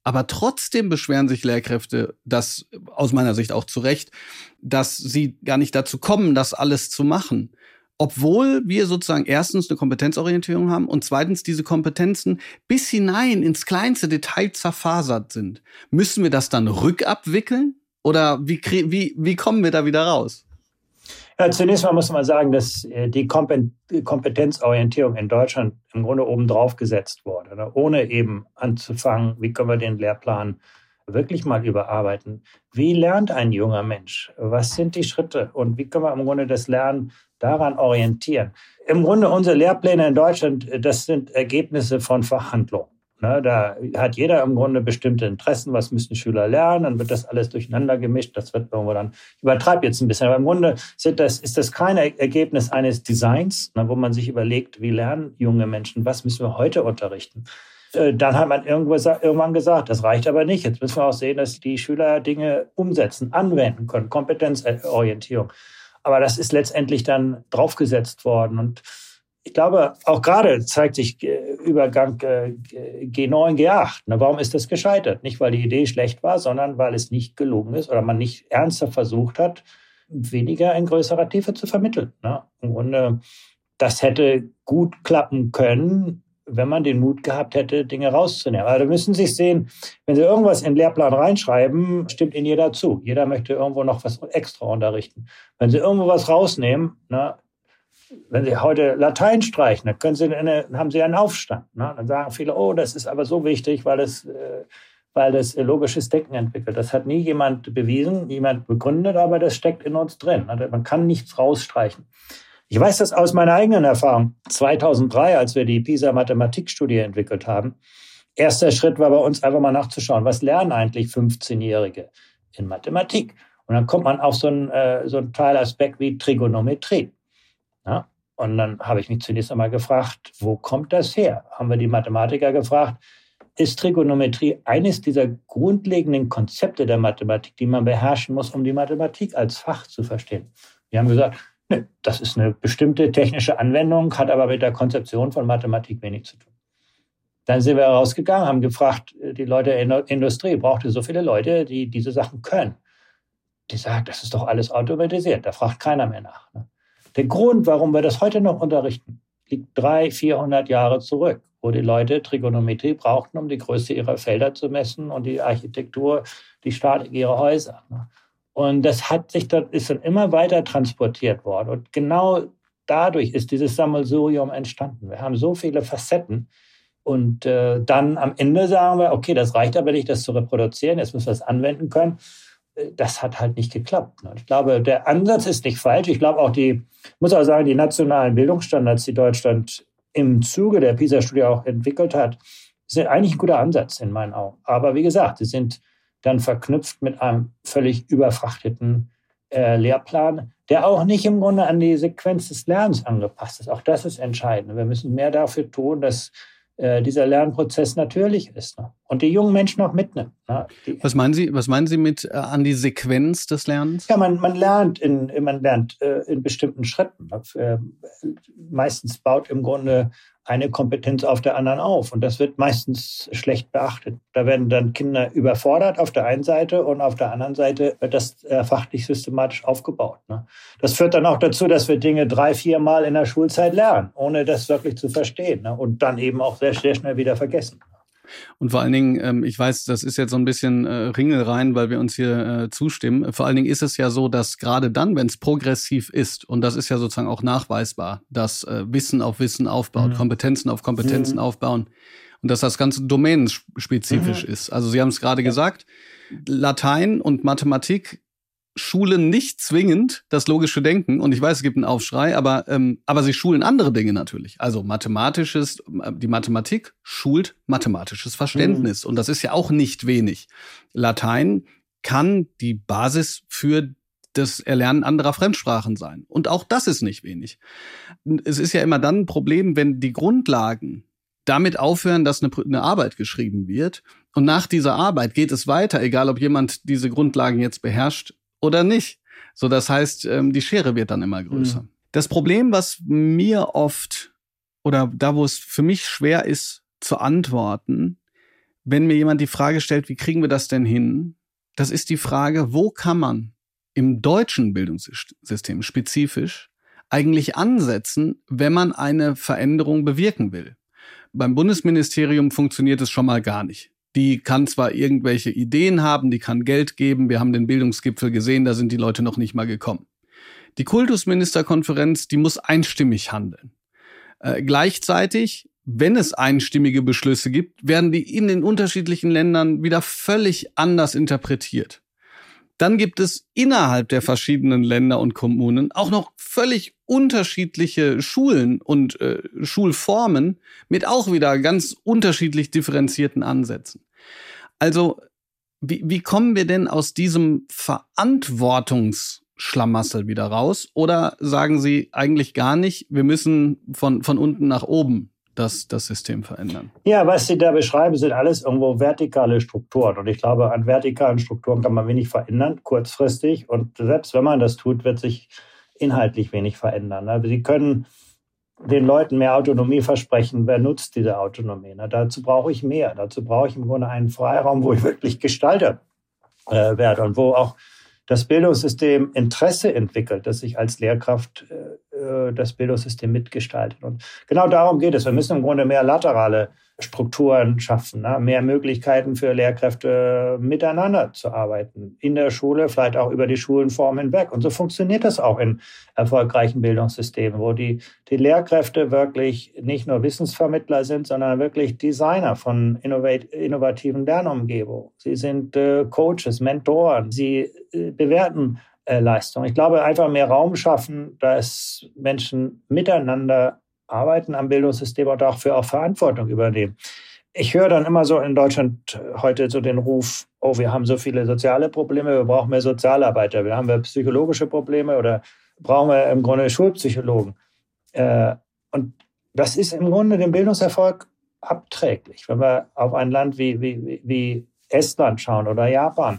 Speaker 4: Aber trotzdem beschweren sich Lehrkräfte, das aus meiner Sicht auch zu Recht, dass sie gar nicht dazu kommen, das alles zu machen. Obwohl wir sozusagen erstens eine Kompetenzorientierung haben und zweitens diese Kompetenzen bis hinein ins kleinste Detail zerfasert sind. Müssen wir das dann rückabwickeln? Oder wie kommen wir da wieder raus?
Speaker 1: Ja, zunächst mal muss man sagen, dass die Kompetenzorientierung in Deutschland im Grunde obendrauf gesetzt wurde, ne? Ohne eben anzufangen, wie können wir den Lehrplan wirklich mal überarbeiten. Wie lernt ein junger Mensch? Was sind die Schritte? Und wie können wir im Grunde das Lernen daran orientieren? Im Grunde unsere Lehrpläne in Deutschland, das sind Ergebnisse von Verhandlungen. Ne, da hat jeder im Grunde bestimmte Interessen, was müssen Schüler lernen, dann wird das alles durcheinander gemischt, das wird irgendwo dann, ich übertreibe jetzt ein bisschen, aber im Grunde ist das kein Ergebnis eines Designs, ne, wo man sich überlegt, wie lernen junge Menschen, was müssen wir heute unterrichten. Dann hat man irgendwann gesagt, das reicht aber nicht, jetzt müssen wir auch sehen, dass die Schüler Dinge umsetzen, anwenden können, Kompetenzorientierung. Aber das ist letztendlich dann draufgesetzt worden und ich glaube, auch gerade zeigt sich Übergang G9, G8. Warum ist das gescheitert? Nicht, weil die Idee schlecht war, sondern weil es nicht gelungen ist oder man nicht ernsthaft versucht hat, weniger in größerer Tiefe zu vermitteln. Und das hätte gut klappen können, wenn man den Mut gehabt hätte, Dinge rauszunehmen. Aber da müssen Sie sehen, wenn Sie irgendwas in den Lehrplan reinschreiben, stimmt Ihnen jeder zu. Jeder möchte irgendwo noch was extra unterrichten. Wenn Sie irgendwo was rausnehmen, wenn Sie heute Latein streichen, dann haben Sie einen Aufstand. Dann sagen viele, oh, das ist aber so wichtig, weil das logisches Denken entwickelt. Das hat nie jemand bewiesen, niemand begründet, aber das steckt in uns drin. Man kann nichts rausstreichen. Ich weiß das aus meiner eigenen Erfahrung. 2003, als wir die PISA-Mathematikstudie entwickelt haben, erster Schritt war bei uns einfach mal nachzuschauen, was lernen eigentlich 15-Jährige in Mathematik? Und dann kommt man auf so einen Teilaspekt wie Trigonometrie. Ja, und dann habe ich mich zunächst einmal gefragt, wo kommt das her? Haben wir die Mathematiker gefragt, ist Trigonometrie eines dieser grundlegenden Konzepte der Mathematik, die man beherrschen muss, um die Mathematik als Fach zu verstehen? Die haben gesagt, ne, das ist eine bestimmte technische Anwendung, hat aber mit der Konzeption von Mathematik wenig zu tun. Dann sind wir rausgegangen, haben gefragt, die Leute in der Industrie, braucht ihr so viele Leute, die diese Sachen können? Die sagen, das ist doch alles automatisiert, da fragt keiner mehr nach. Der Grund, warum wir das heute noch unterrichten, liegt 300-400 Jahre zurück, wo die Leute Trigonometrie brauchten, um die Größe ihrer Felder zu messen und die Architektur, die Statik ihrer Häuser. Und das ist dann immer weiter transportiert worden. Und genau dadurch ist dieses Sammelsurium entstanden. Wir haben so viele Facetten. Und dann am Ende sagen wir, okay, das reicht aber nicht, das zu reproduzieren, jetzt müssen wir es anwenden können. Das hat halt nicht geklappt. Ich glaube, der Ansatz ist nicht falsch. Ich glaube auch muss auch sagen, die nationalen Bildungsstandards, die Deutschland im Zuge der PISA-Studie auch entwickelt hat, sind eigentlich ein guter Ansatz in meinen Augen. Aber wie gesagt, sie sind dann verknüpft mit einem völlig überfrachteten Lehrplan, der auch nicht im Grunde an die Sequenz des Lernens angepasst ist. Auch das ist entscheidend. Wir müssen mehr dafür tun, dass dieser Lernprozess natürlich ist und die jungen Menschen auch mitnimmt.
Speaker 4: Was meinen Sie mit an die Sequenz des Lernens?
Speaker 1: Ja, man lernt in bestimmten Schritten. Meistens baut im Grunde eine Kompetenz auf der anderen auf und das wird meistens schlecht beachtet. Da werden dann Kinder überfordert auf der einen Seite und auf der anderen Seite wird das fachlich systematisch aufgebaut. Das führt dann auch dazu, dass wir Dinge 3-4 Mal in der Schulzeit lernen, ohne das wirklich zu verstehen und dann eben auch sehr, sehr schnell wieder vergessen.
Speaker 4: Und vor allen Dingen, ich weiß, das ist jetzt so ein bisschen Ringelrein, weil wir uns hier zustimmen. Vor allen Dingen ist es ja so, dass gerade dann, wenn es progressiv ist, und das ist ja sozusagen auch nachweisbar, dass Wissen auf Wissen aufbaut, Kompetenzen auf Kompetenzen aufbauen und dass das Ganze domänenspezifisch ist. Also Sie haben es gerade gesagt, Latein und Mathematik schulen nicht zwingend das logische Denken. Und ich weiß, es gibt einen Aufschrei, aber sie schulen andere Dinge natürlich. Also die Mathematik schult mathematisches Verständnis. Und das ist ja auch nicht wenig. Latein kann die Basis für das Erlernen anderer Fremdsprachen sein. Und auch das ist nicht wenig. Es ist ja immer dann ein Problem, wenn die Grundlagen damit aufhören, dass eine Arbeit geschrieben wird. Und nach dieser Arbeit geht es weiter, egal ob jemand diese Grundlagen jetzt beherrscht oder nicht. So, das heißt, die Schere wird dann immer größer. Das Problem, was mir oft oder da, wo es für mich schwer ist zu antworten, wenn mir jemand die Frage stellt, wie kriegen wir das denn hin? Das ist die Frage, wo kann man im deutschen Bildungssystem spezifisch eigentlich ansetzen, wenn man eine Veränderung bewirken will? Beim Bundesministerium funktioniert es schon mal gar nicht. Die kann zwar irgendwelche Ideen haben, die kann Geld geben. Wir haben den Bildungsgipfel gesehen, da sind die Leute noch nicht mal gekommen. Die Kultusministerkonferenz, die muss einstimmig handeln. Gleichzeitig, wenn es einstimmige Beschlüsse gibt, werden die in den unterschiedlichen Ländern wieder völlig anders interpretiert. Dann gibt es innerhalb der verschiedenen Länder und Kommunen auch noch völlig unterschiedliche Schulen und Schulformen mit auch wieder ganz unterschiedlich differenzierten Ansätzen. Also wie kommen wir denn aus diesem Verantwortungsschlamassel wieder raus? Oder sagen Sie eigentlich gar nicht, wir müssen von unten nach oben das System verändern?
Speaker 1: Ja, was Sie da beschreiben, sind alles irgendwo vertikale Strukturen. Und ich glaube, an vertikalen Strukturen kann man wenig verändern, kurzfristig. Und selbst wenn man das tut, wird sich inhaltlich wenig verändern. Also Sie können den Leuten mehr Autonomie versprechen. Wer nutzt diese Autonomie? Na, dazu brauche ich mehr. Dazu brauche ich im Grunde einen Freiraum, wo ich wirklich Gestalter werde und wo auch das Bildungssystem Interesse entwickelt, dass ich als Lehrkraft das Bildungssystem mitgestaltet. Und genau darum geht es. Wir müssen im Grunde mehr laterale Strukturen schaffen, ne? Mehr Möglichkeiten für Lehrkräfte miteinander zu arbeiten. In der Schule, vielleicht auch über die Schulenform hinweg. Und so funktioniert das auch in erfolgreichen Bildungssystemen, wo die Lehrkräfte wirklich nicht nur Wissensvermittler sind, sondern wirklich Designer von innovativen Lernumgebungen. Sie sind Coaches, Mentoren. Sie bewerten Leistung. Ich glaube, einfach mehr Raum schaffen, dass Menschen miteinander arbeiten am Bildungssystem und dafür auch Verantwortung übernehmen. Ich höre dann immer so in Deutschland heute so den Ruf, oh, wir haben so viele soziale Probleme, wir brauchen mehr Sozialarbeiter, wir haben psychologische Probleme oder brauchen wir im Grunde Schulpsychologen. Und das ist im Grunde dem Bildungserfolg abträglich. Wenn wir auf ein Land wie Estland schauen oder Japan,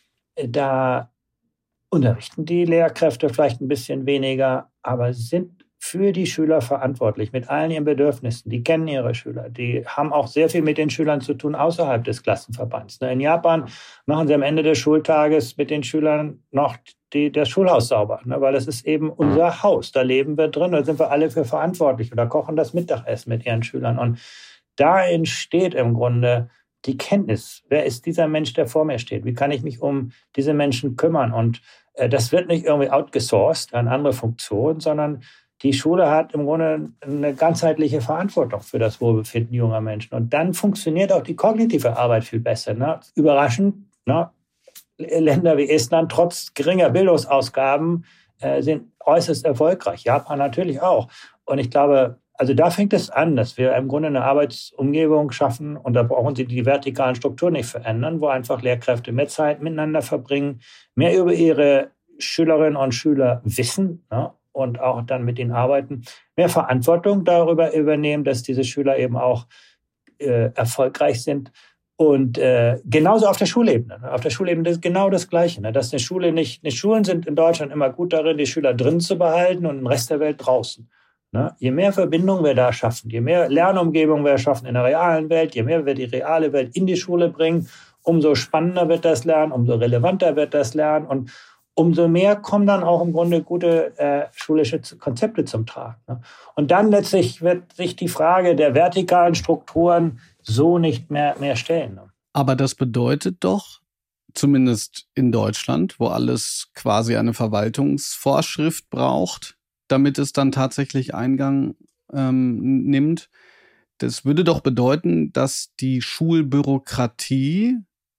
Speaker 1: da unterrichten die Lehrkräfte vielleicht ein bisschen weniger, aber sind für die Schüler verantwortlich, mit allen ihren Bedürfnissen. Die kennen ihre Schüler. Die haben auch sehr viel mit den Schülern zu tun außerhalb des Klassenverbands. In Japan machen sie am Ende des Schultages mit den Schülern noch das Schulhaus sauber, weil das ist eben unser Haus. Da leben wir drin, da sind wir alle für verantwortlich oder kochen das Mittagessen mit ihren Schülern. Und da entsteht im Grunde die Kenntnis. Wer ist dieser Mensch, der vor mir steht? Wie kann ich mich um diese Menschen kümmern? Und das wird nicht irgendwie outgesourced an andere Funktionen, sondern die Schule hat im Grunde eine ganzheitliche Verantwortung für das Wohlbefinden junger Menschen. Und dann funktioniert auch die kognitive Arbeit viel besser. Ne? Überraschend, ne? Länder wie Estland trotz geringer Bildungsausgaben sind äußerst erfolgreich. Japan natürlich auch. Und ich glaube, also da fängt es an, dass wir im Grunde eine Arbeitsumgebung schaffen und da brauchen Sie die vertikalen Strukturen nicht verändern, wo einfach Lehrkräfte mehr Zeit miteinander verbringen, mehr über ihre Schülerinnen und Schüler wissen, ne? Und auch dann mit ihnen arbeiten, mehr Verantwortung darüber übernehmen, dass diese Schüler eben auch erfolgreich sind. Und genauso auf der Schulebene. Auf der Schulebene ist genau das Gleiche. Ne? Dass Schulen sind in Deutschland immer gut darin, die Schüler drin zu behalten und den Rest der Welt draußen. Ne? Je mehr Verbindung wir da schaffen, je mehr Lernumgebung wir schaffen in der realen Welt, je mehr wir die reale Welt in die Schule bringen, umso spannender wird das Lernen, umso relevanter wird das Lernen und umso mehr kommen dann auch im Grunde gute schulische Konzepte zum Tragen. Ne? Und dann letztlich wird sich die Frage der vertikalen Strukturen so nicht mehr stellen. Ne?
Speaker 4: Aber das bedeutet doch, zumindest in Deutschland, wo alles quasi eine Verwaltungsvorschrift braucht, damit es dann tatsächlich Eingang nimmt, das würde doch bedeuten, dass die Schulbürokratie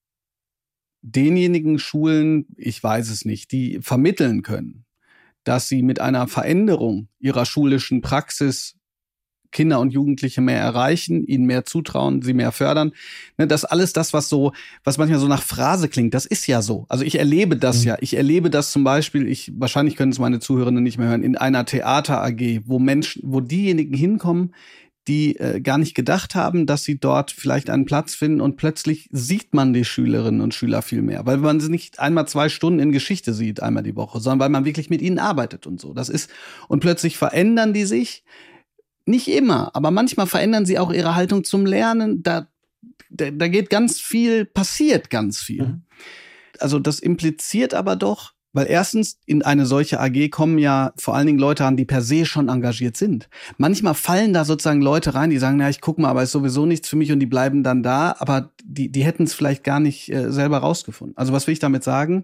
Speaker 4: denjenigen Schulen, ich weiß es nicht, die vermitteln können, dass sie mit einer Veränderung ihrer schulischen Praxis Kinder und Jugendliche mehr erreichen, ihnen mehr zutrauen, sie mehr fördern. Das alles das, was manchmal so nach Phrase klingt, das ist ja so. Also ich erlebe das ja. Ich erlebe das zum Beispiel, wahrscheinlich können es meine Zuhörerinnen nicht mehr hören, in einer Theater-AG, wo diejenigen hinkommen, die gar nicht gedacht haben, dass sie dort vielleicht einen Platz finden und plötzlich sieht man die Schülerinnen und Schüler viel mehr, weil man sie nicht einmal 2 Stunden in Geschichte sieht, einmal die Woche, sondern weil man wirklich mit ihnen arbeitet und so. Und plötzlich verändern die sich, nicht immer, aber manchmal verändern sie auch ihre Haltung zum Lernen. Da da geht ganz viel, passiert ganz viel. Mhm. Also das impliziert aber doch, weil erstens in eine solche AG kommen ja vor allen Dingen Leute an, die per se schon engagiert sind. Manchmal fallen da sozusagen Leute rein, die sagen, na, ich guck mal, aber ist sowieso nichts für mich und die bleiben dann da, aber die hätten es vielleicht gar nicht selber rausgefunden. Also was will ich damit sagen?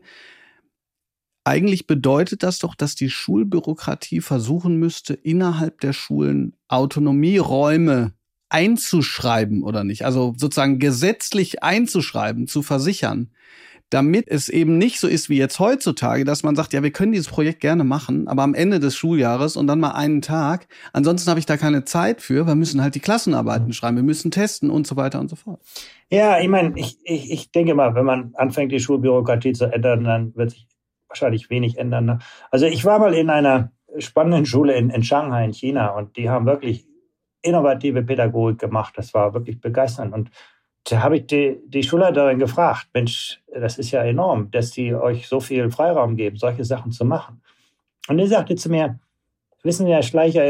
Speaker 4: Eigentlich bedeutet das doch, dass die Schulbürokratie versuchen müsste, innerhalb der Schulen Autonomieräume einzuschreiben oder nicht, also sozusagen gesetzlich einzuschreiben, zu versichern, damit es eben nicht so ist wie jetzt heutzutage, dass man sagt, ja, wir können dieses Projekt gerne machen, aber am Ende des Schuljahres und dann mal einen Tag. Ansonsten habe ich da keine Zeit für. Wir müssen halt die Klassenarbeiten schreiben, wir müssen testen und so weiter und so fort.
Speaker 1: Ja, ich meine, ich denke mal, wenn man anfängt, die Schulbürokratie zu ändern, dann wird sich wahrscheinlich wenig ändern. Ne? Also ich war mal in einer spannenden Schule in Shanghai in China und die haben wirklich innovative Pädagogik gemacht. Das war wirklich begeisternd. Und da habe ich die Schulleiterin gefragt, Mensch, das ist ja enorm, dass die euch so viel Freiraum geben, solche Sachen zu machen. Und die sagte zu mir, wissen Sie, Herr Schleicher,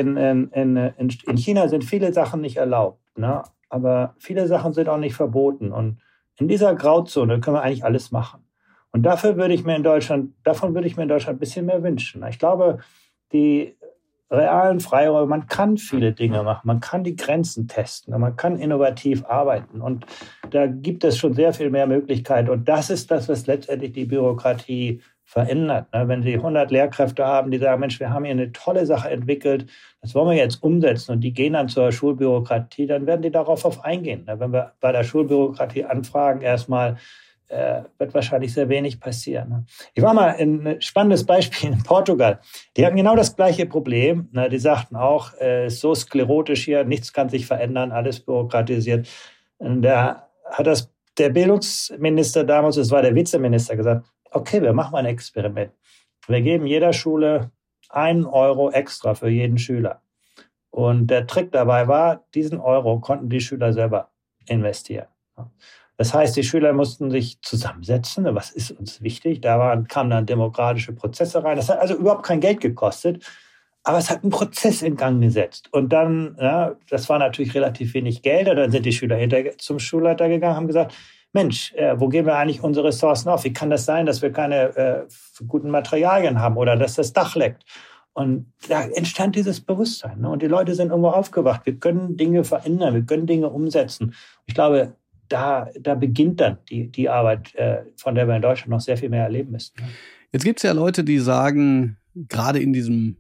Speaker 1: in China sind viele Sachen nicht erlaubt, ne? Aber viele Sachen sind auch nicht verboten. Und in dieser Grauzone können wir eigentlich alles machen. Und davon würde ich mir in Deutschland ein bisschen mehr wünschen. Ich glaube, die realen Freiräume, man kann viele Dinge machen, man kann die Grenzen testen, man kann innovativ arbeiten und da gibt es schon sehr viel mehr Möglichkeiten und das ist das, was letztendlich die Bürokratie verändert. Wenn Sie 100 Lehrkräfte haben, die sagen, Mensch, wir haben hier eine tolle Sache entwickelt, das wollen wir jetzt umsetzen und die gehen dann zur Schulbürokratie, dann werden die darauf eingehen. Wenn wir bei der Schulbürokratie anfragen, erstmal wird wahrscheinlich sehr wenig passieren. Ich war mal ein spannendes Beispiel in Portugal. Die hatten genau das gleiche Problem. Die sagten auch, es ist so sklerotisch hier, nichts kann sich verändern, alles bürokratisiert. Und da hat der Bildungsminister damals, das war der Vizeminister, gesagt, okay, wir machen mal ein Experiment. Wir geben jeder Schule 1 Euro extra für jeden Schüler. Und der Trick dabei war, diesen Euro konnten die Schüler selber investieren. Das heißt, die Schüler mussten sich zusammensetzen. Was ist uns wichtig? Kamen dann demokratische Prozesse rein. Das hat also überhaupt kein Geld gekostet. Aber es hat einen Prozess in Gang gesetzt. Und dann, das war natürlich relativ wenig Geld. Und dann sind die Schüler zum Schulleiter gegangen, haben gesagt, Mensch, wo geben wir eigentlich unsere Ressourcen auf? Wie kann das sein, dass wir keine guten Materialien haben oder dass das Dach leckt? Und da entstand dieses Bewusstsein. Und die Leute sind irgendwo aufgewacht. Wir können Dinge verändern, wir können Dinge umsetzen. Ich glaube, da beginnt dann die Arbeit, von der wir in Deutschland noch sehr viel mehr erleben müssen.
Speaker 4: Jetzt gibt es ja Leute, die sagen, gerade in diesem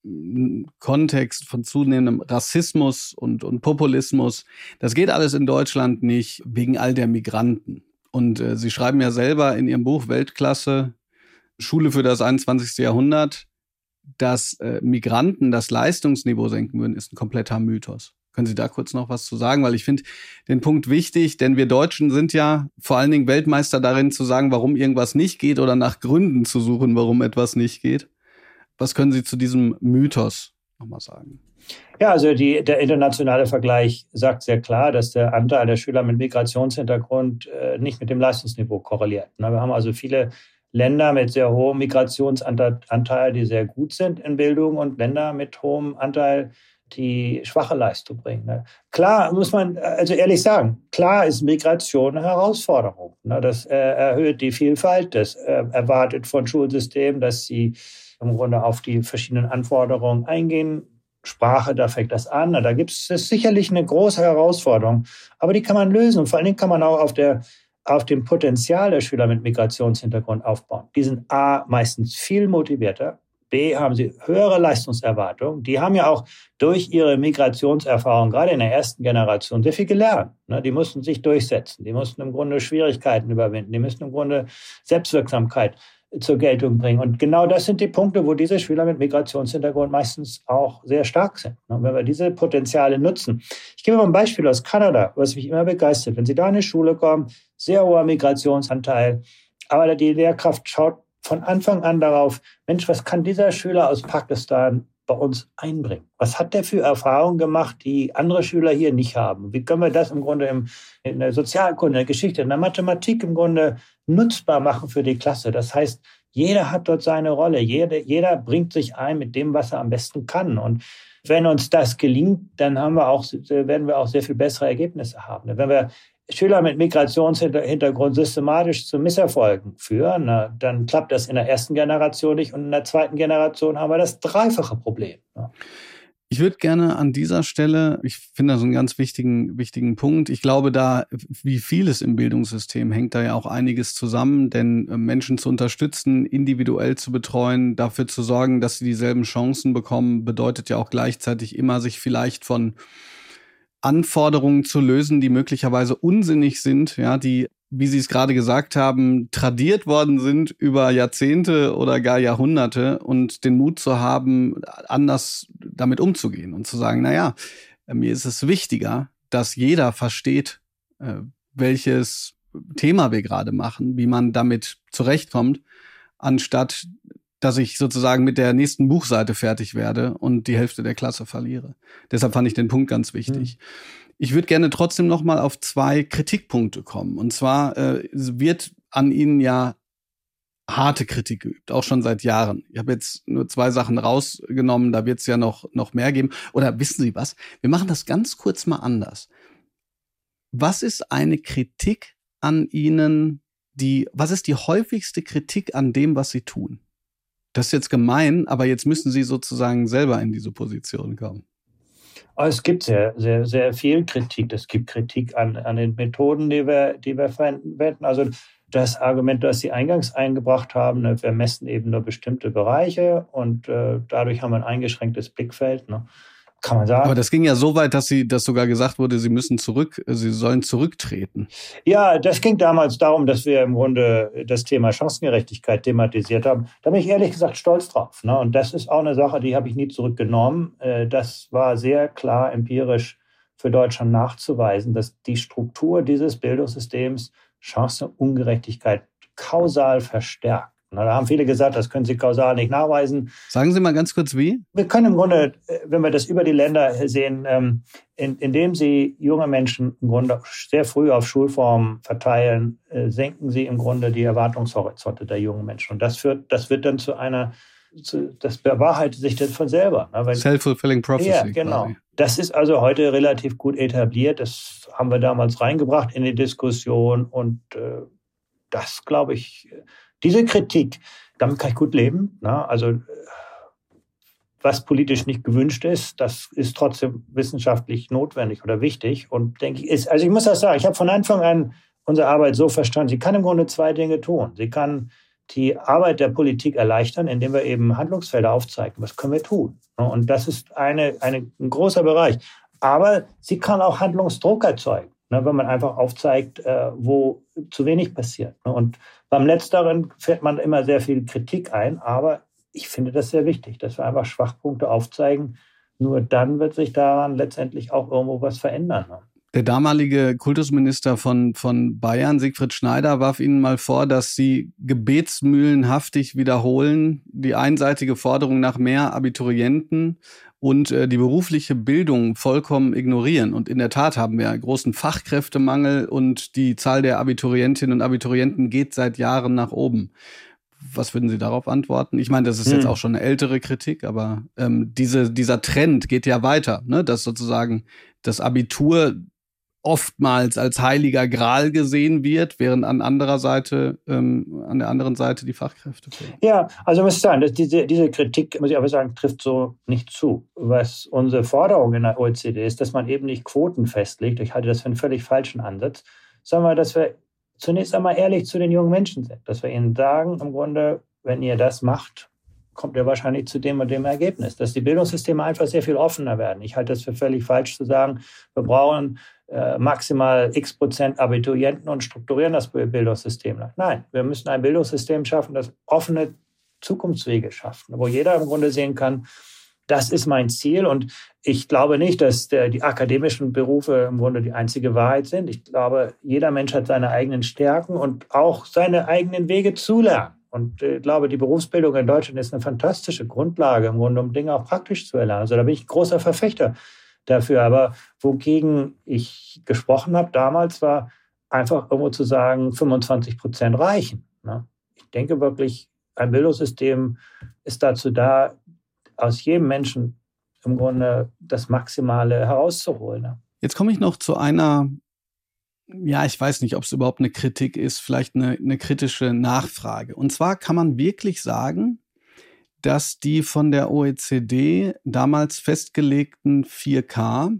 Speaker 4: Kontext von zunehmendem Rassismus und Populismus, das geht alles in Deutschland nicht wegen all der Migranten. Und Sie schreiben ja selber in Ihrem Buch Weltklasse, Schule für das 21. Jahrhundert, dass Migranten das Leistungsniveau senken würden, ist ein kompletter Mythos. Können Sie da kurz noch was zu sagen? Weil ich finde den Punkt wichtig, denn wir Deutschen sind ja vor allen Dingen Weltmeister darin zu sagen, warum irgendwas nicht geht oder nach Gründen zu suchen, warum etwas nicht geht. Was können Sie zu diesem Mythos nochmal sagen?
Speaker 1: Ja, also der internationale Vergleich sagt sehr klar, dass der Anteil der Schüler mit Migrationshintergrund nicht mit dem Leistungsniveau korreliert. Wir haben also viele Länder mit sehr hohem Migrationsanteil, die sehr gut sind in Bildung und Länder mit hohem Anteil, die schwache Leistung bringen. Klar, muss man also ehrlich sagen, klar ist Migration eine Herausforderung. Das erhöht die Vielfalt, das erwartet von Schulsystemen, dass sie im Grunde auf die verschiedenen Anforderungen eingehen. Sprache, da fängt das an. Da gibt es sicherlich eine große Herausforderung, aber die kann man lösen. Und vor allen Dingen kann man auch auf dem Potenzial der Schüler mit Migrationshintergrund aufbauen. Die sind A, meistens viel motivierter, B, haben sie höhere Leistungserwartungen. Die haben ja auch durch ihre Migrationserfahrung, gerade in der ersten Generation, sehr viel gelernt. Die mussten sich durchsetzen. Die mussten im Grunde Schwierigkeiten überwinden. Die mussten im Grunde Selbstwirksamkeit zur Geltung bringen. Und genau das sind die Punkte, wo diese Schüler mit Migrationshintergrund meistens auch sehr stark sind. Und wenn wir diese Potenziale nutzen. Ich gebe mal ein Beispiel aus Kanada, was mich immer begeistert. Wenn Sie da in eine Schule kommen, sehr hoher Migrationsanteil, aber die Lehrkraft schaut von Anfang an darauf, Mensch, was kann dieser Schüler aus Pakistan bei uns einbringen? Was hat der für Erfahrungen gemacht, die andere Schüler hier nicht haben? Wie können wir das im Grunde in der Sozialkunde, in der Geschichte, in der Mathematik im Grunde nutzbar machen für die Klasse? Das heißt, jeder hat dort seine Rolle. Jeder bringt sich ein mit dem, was er am besten kann. Und wenn uns das gelingt, dann werden wir auch sehr viel bessere Ergebnisse haben. Wenn wir Schüler mit Migrationshintergrund systematisch zu Misserfolgen führen, dann klappt das in der ersten Generation nicht und in der zweiten Generation haben wir das dreifache Problem.
Speaker 4: Ich würde gerne an dieser Stelle, ich finde das einen ganz wichtigen Punkt. Ich glaube, da, wie vieles im Bildungssystem, hängt da ja auch einiges zusammen, denn Menschen zu unterstützen, individuell zu betreuen, dafür zu sorgen, dass sie dieselben Chancen bekommen, bedeutet ja auch gleichzeitig immer, sich vielleicht von Anforderungen zu lösen, die möglicherweise unsinnig sind, ja, die, wie Sie es gerade gesagt haben, tradiert worden sind über Jahrzehnte oder gar Jahrhunderte, und den Mut zu haben, anders damit umzugehen und zu sagen, naja, mir ist es wichtiger, dass jeder versteht, welches Thema wir gerade machen, wie man damit zurechtkommt, anstatt dass ich sozusagen mit der nächsten Buchseite fertig werde und die Hälfte der Klasse verliere. Deshalb fand ich den Punkt ganz wichtig. Ich würde gerne trotzdem noch mal auf 2 Kritikpunkte kommen. Und zwar wird an Ihnen ja harte Kritik geübt, auch schon seit Jahren. Ich habe jetzt nur 2 Sachen rausgenommen, da wird es ja noch mehr geben. Oder wissen Sie was? Wir machen das ganz kurz mal anders. Was ist eine Kritik an Ihnen, was ist die häufigste Kritik an dem, was Sie tun? Das ist jetzt gemein, aber jetzt müssen Sie sozusagen selber in diese Position kommen.
Speaker 1: Es gibt sehr, sehr, sehr viel Kritik. Es gibt Kritik an den Methoden, die wir verwenden. Also das Argument, das Sie eingangs eingebracht haben, wir messen eben nur bestimmte Bereiche und dadurch haben wir ein eingeschränktes Blickfeld. Kann man sagen.
Speaker 4: Aber das ging ja so weit, dass sogar gesagt wurde, Sie sollen zurücktreten.
Speaker 1: Ja, das ging damals darum, dass wir im Grunde das Thema Chancengerechtigkeit thematisiert haben. Da bin ich ehrlich gesagt stolz drauf. Und das ist auch eine Sache, die habe ich nie zurückgenommen. Das war sehr klar empirisch für Deutschland nachzuweisen, dass die Struktur dieses Bildungssystems Chancenungerechtigkeit kausal verstärkt. Da haben viele gesagt, das können Sie kausal nicht nachweisen.
Speaker 4: Sagen Sie mal ganz kurz, wie?
Speaker 1: Wir können im Grunde, wenn wir das über die Länder sehen, indem Sie junge Menschen im Grunde sehr früh auf Schulformen verteilen, senken Sie im Grunde die Erwartungshorizonte der jungen Menschen. Und das wird dann das bewahrheitet sich dann von selber.
Speaker 4: Self-fulfilling prophecy.
Speaker 1: Ja, genau. Quasi. Das ist also heute relativ gut etabliert. Das haben wir damals reingebracht in die Diskussion. Und das, glaube ich, diese Kritik, damit kann ich gut leben. Also was politisch nicht gewünscht ist, das ist trotzdem wissenschaftlich notwendig oder wichtig. Und denke ich, also ich muss das sagen, ich habe von Anfang an unsere Arbeit so verstanden, sie kann im Grunde 2 Dinge tun. Sie kann die Arbeit der Politik erleichtern, indem wir eben Handlungsfelder aufzeigen. Was können wir tun? Und das ist ein großer Bereich. Aber sie kann auch Handlungsdruck erzeugen, wenn man einfach aufzeigt, wo zu wenig passiert. Und beim Letzteren fällt man immer sehr viel Kritik ein, aber ich finde das sehr wichtig, dass wir einfach Schwachpunkte aufzeigen. Nur dann wird sich daran letztendlich auch irgendwo was verändern.
Speaker 4: Der damalige Kultusminister von Bayern, Siegfried Schneider, warf Ihnen mal vor, dass Sie gebetsmühlenhaftig wiederholen, die einseitige Forderung nach mehr Abiturienten und die berufliche Bildung vollkommen ignorieren. Und in der Tat haben wir einen großen Fachkräftemangel und die Zahl der Abiturientinnen und Abiturienten geht seit Jahren nach oben. Was würden Sie darauf antworten? Ich meine, das ist jetzt auch schon eine ältere Kritik, aber dieser Trend geht ja weiter, ne? Dass sozusagen das Abitur oftmals als heiliger Gral gesehen wird, während an der anderen Seite die Fachkräfte fehlen.
Speaker 1: Ja, also muss ich sagen, diese Kritik, muss ich aber sagen, trifft so nicht zu. Was unsere Forderung in der OECD ist, dass man eben nicht Quoten festlegt, ich halte das für einen völlig falschen Ansatz, sondern dass wir zunächst einmal ehrlich zu den jungen Menschen sind. Dass wir ihnen sagen, im Grunde, wenn ihr das macht, kommt ihr wahrscheinlich zu dem und dem Ergebnis. Dass die Bildungssysteme einfach sehr viel offener werden. Ich halte das für völlig falsch zu sagen, wir brauchen maximal x% Abiturienten und strukturieren das Bildungssystem. Nein, wir müssen ein Bildungssystem schaffen, das offene Zukunftswege schafft, wo jeder im Grunde sehen kann, das ist mein Ziel. Und ich glaube nicht, dass die akademischen Berufe im Grunde die einzige Wahrheit sind. Ich glaube, jeder Mensch hat seine eigenen Stärken und auch seine eigenen Wege zu lernen. Und ich glaube, die Berufsbildung in Deutschland ist eine fantastische Grundlage, im Grunde, um Dinge auch praktisch zu erlernen. Also da bin ich ein großer Verfechter dafür. Aber wogegen ich gesprochen habe damals, war einfach irgendwo zu sagen, 25% reichen. Ich denke wirklich, ein Bildungssystem ist dazu da, aus jedem Menschen im Grunde das Maximale herauszuholen.
Speaker 4: Jetzt komme ich noch zu einer Ja, ich weiß nicht, ob es überhaupt eine Kritik ist, vielleicht eine kritische Nachfrage. Und zwar kann man wirklich sagen, dass die von der OECD damals festgelegten 4K,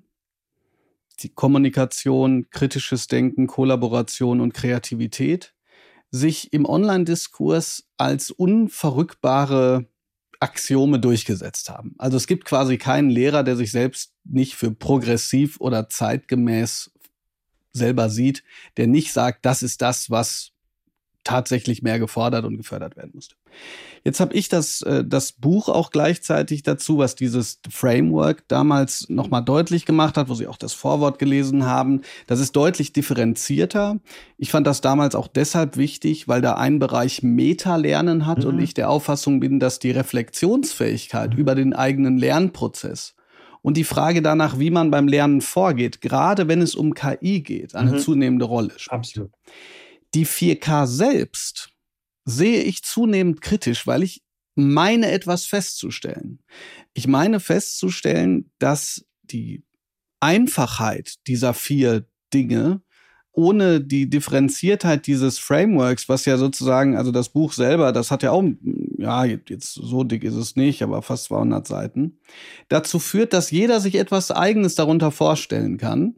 Speaker 4: die Kommunikation, kritisches Denken, Kollaboration und Kreativität, sich im Online-Diskurs als unverrückbare Axiome durchgesetzt haben. Also es gibt quasi keinen Lehrer, der sich selbst nicht für progressiv oder zeitgemäß selber sieht, der nicht sagt, das ist das, was tatsächlich mehr gefordert und gefördert werden musste. Jetzt habe ich das Buch auch gleichzeitig dazu, was dieses Framework damals nochmal deutlich gemacht hat, wo Sie auch das Vorwort gelesen haben. Das ist deutlich differenzierter. Ich fand das damals auch deshalb wichtig, weil da ein Bereich Meta-Lernen hat und ich der Auffassung bin, dass die Reflexionsfähigkeit über den eigenen Lernprozess und die Frage danach, wie man beim Lernen vorgeht, gerade wenn es um KI geht, eine zunehmende Rolle spielt.
Speaker 1: Absolut.
Speaker 4: Die 4K selbst sehe ich zunehmend kritisch, weil ich meine, etwas festzustellen. Ich meine festzustellen, dass die Einfachheit dieser 4 Dinge ohne die Differenziertheit dieses Frameworks, was ja sozusagen, also das Buch selber, das hat ja auch, ja, jetzt so dick ist es nicht, aber fast 200 Seiten, dazu führt, dass jeder sich etwas Eigenes darunter vorstellen kann,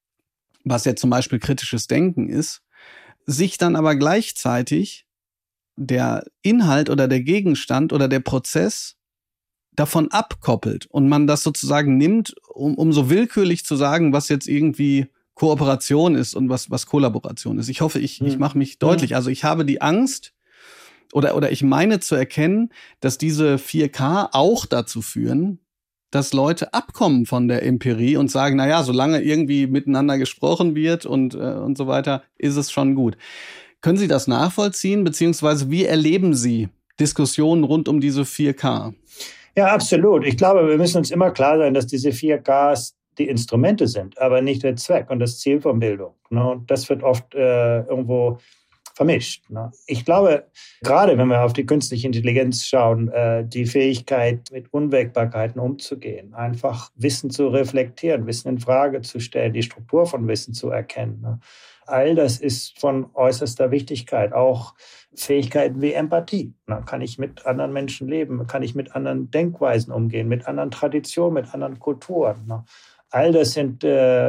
Speaker 4: was ja zum Beispiel kritisches Denken ist, sich dann aber gleichzeitig der Inhalt oder der Gegenstand oder der Prozess davon abkoppelt und man das sozusagen nimmt, um so willkürlich zu sagen, was jetzt irgendwie Kooperation ist und was Kollaboration ist. Ich hoffe, ich mache mich deutlich. Also ich habe die Angst oder ich meine zu erkennen, dass diese 4K auch dazu führen, dass Leute abkommen von der Empirie und sagen, na ja, solange irgendwie miteinander gesprochen wird und so weiter, ist es schon gut. Können Sie das nachvollziehen, beziehungsweise wie erleben Sie Diskussionen rund um diese 4K?
Speaker 1: Ja, absolut. Ich glaube, wir müssen uns immer klar sein, dass diese 4Ks die Instrumente sind, aber nicht der Zweck und das Ziel von Bildung. Und das wird oft irgendwo vermischt. Ich glaube, gerade wenn wir auf die künstliche Intelligenz schauen, die Fähigkeit, mit Unwägbarkeiten umzugehen, einfach Wissen zu reflektieren, Wissen in Frage zu stellen, die Struktur von Wissen zu erkennen. All das ist von äußerster Wichtigkeit. Auch Fähigkeiten wie Empathie. Kann ich mit anderen Menschen leben? Kann ich mit anderen Denkweisen umgehen? Mit anderen Traditionen, mit anderen Kulturen? All das sind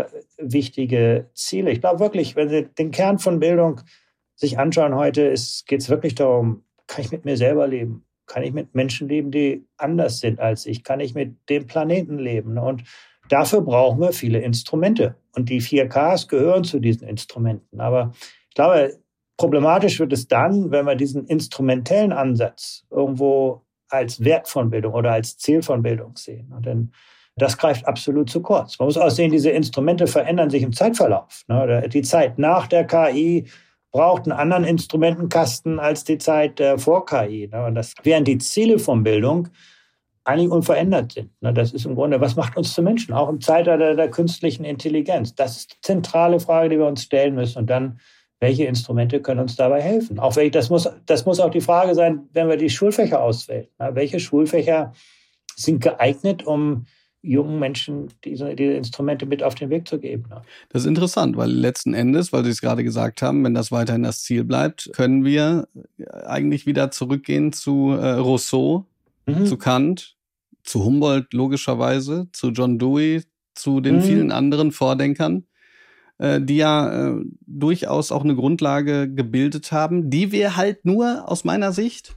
Speaker 1: wichtige Ziele. Ich glaube wirklich, wenn Sie den Kern von Bildung sich anschauen heute, geht es wirklich darum, kann ich mit mir selber leben? Kann ich mit Menschen leben, die anders sind als ich? Kann ich mit dem Planeten leben? Und dafür brauchen wir viele Instrumente. Und die 4Ks gehören zu diesen Instrumenten. Aber ich glaube, problematisch wird es dann, wenn wir diesen instrumentellen Ansatz irgendwo als Wert von Bildung oder als Ziel von Bildung sehen. Und dann das greift absolut zu kurz. Man muss auch sehen, diese Instrumente verändern sich im Zeitverlauf. Die Zeit nach der KI braucht einen anderen Instrumentenkasten als die Zeit vor KI. Und das, während die Ziele von Bildung eigentlich unverändert sind. Das ist im Grunde, was macht uns zu Menschen? Auch im Zeitalter der künstlichen Intelligenz. Das ist die zentrale Frage, die wir uns stellen müssen. Und dann, welche Instrumente können uns dabei helfen? Auch das muss auch die Frage sein, wenn wir die Schulfächer auswählen. Welche Schulfächer sind geeignet, um jungen Menschen diese Instrumente mit auf den Weg zu geben?
Speaker 4: Das ist interessant, weil letzten Endes, weil Sie es gerade gesagt haben, wenn das weiterhin das Ziel bleibt, können wir eigentlich wieder zurückgehen zu Rousseau, zu Kant, zu Humboldt logischerweise, zu John Dewey, zu den vielen anderen Vordenkern, die ja durchaus auch eine Grundlage gebildet haben, die wir halt nur aus meiner Sicht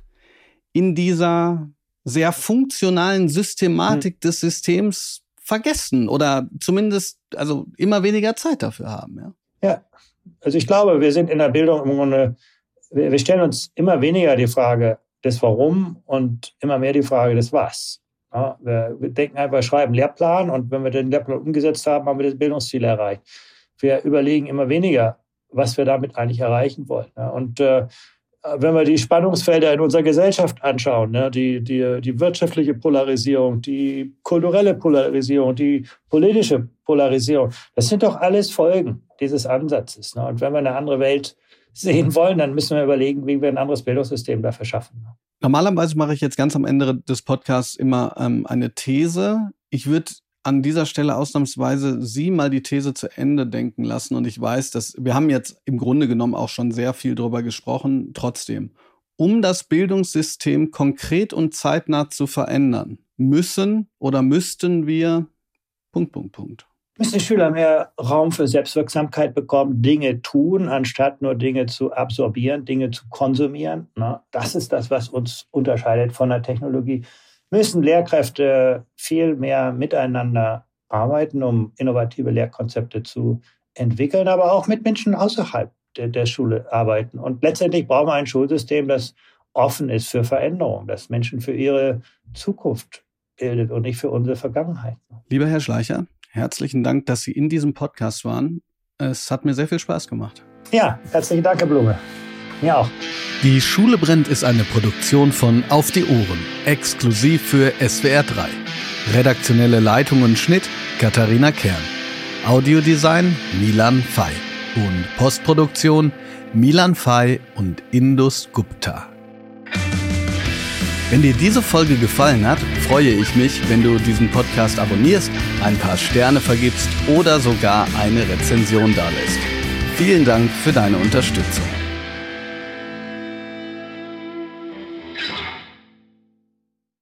Speaker 4: in dieser sehr funktionalen Systematik des Systems vergessen oder zumindest also immer weniger Zeit dafür haben.
Speaker 1: Ja, also ich glaube, wir sind in der Bildung im Grunde, wir stellen uns immer weniger die Frage des Warum und immer mehr die Frage des Was. Ja, wir denken einfach, wir schreiben Lehrplan und wenn wir den Lehrplan umgesetzt haben, haben wir das Bildungsziel erreicht. Wir überlegen immer weniger, was wir damit eigentlich erreichen wollen. Ja, und wenn wir die Spannungsfelder in unserer Gesellschaft anschauen, die wirtschaftliche Polarisierung, die kulturelle Polarisierung, die politische Polarisierung, das sind doch alles Folgen dieses Ansatzes. Und wenn wir eine andere Welt sehen wollen, dann müssen wir überlegen, wie wir ein anderes Bildungssystem dafür schaffen.
Speaker 4: Normalerweise mache ich jetzt ganz am Ende des Podcasts immer eine These. Ich würde an dieser Stelle ausnahmsweise Sie mal die These zu Ende denken lassen. Und ich weiß, dass wir haben jetzt im Grunde genommen auch schon sehr viel drüber gesprochen. Trotzdem, um das Bildungssystem konkret und zeitnah zu verändern, müssen oder müssten wir ...
Speaker 1: Müssen die Schüler mehr Raum für Selbstwirksamkeit bekommen, Dinge tun, anstatt nur Dinge zu absorbieren, Dinge zu konsumieren. Das ist das, was uns unterscheidet von der Technologie. Müssen Lehrkräfte viel mehr miteinander arbeiten, um innovative Lehrkonzepte zu entwickeln, aber auch mit Menschen außerhalb der Schule arbeiten. Und letztendlich brauchen wir ein Schulsystem, das offen ist für Veränderung, das Menschen für ihre Zukunft bildet und nicht für unsere Vergangenheit.
Speaker 4: Lieber Herr Schleicher, herzlichen Dank, dass Sie in diesem Podcast waren. Es hat mir sehr viel Spaß gemacht.
Speaker 1: Ja, herzlichen Dank, Herr Blume. Mir auch.
Speaker 2: Die Schule brennt ist eine Produktion von Auf die Ohren, exklusiv für SWR 3. Redaktionelle Leitung und Schnitt Katharina Kern. Audiodesign Milan Fay. Und Postproduktion Milan Fay und Indus Gupta. Wenn dir diese Folge gefallen hat, freue ich mich, wenn du diesen Podcast abonnierst, ein paar Sterne vergibst oder sogar eine Rezension dalässt. Vielen Dank für deine Unterstützung.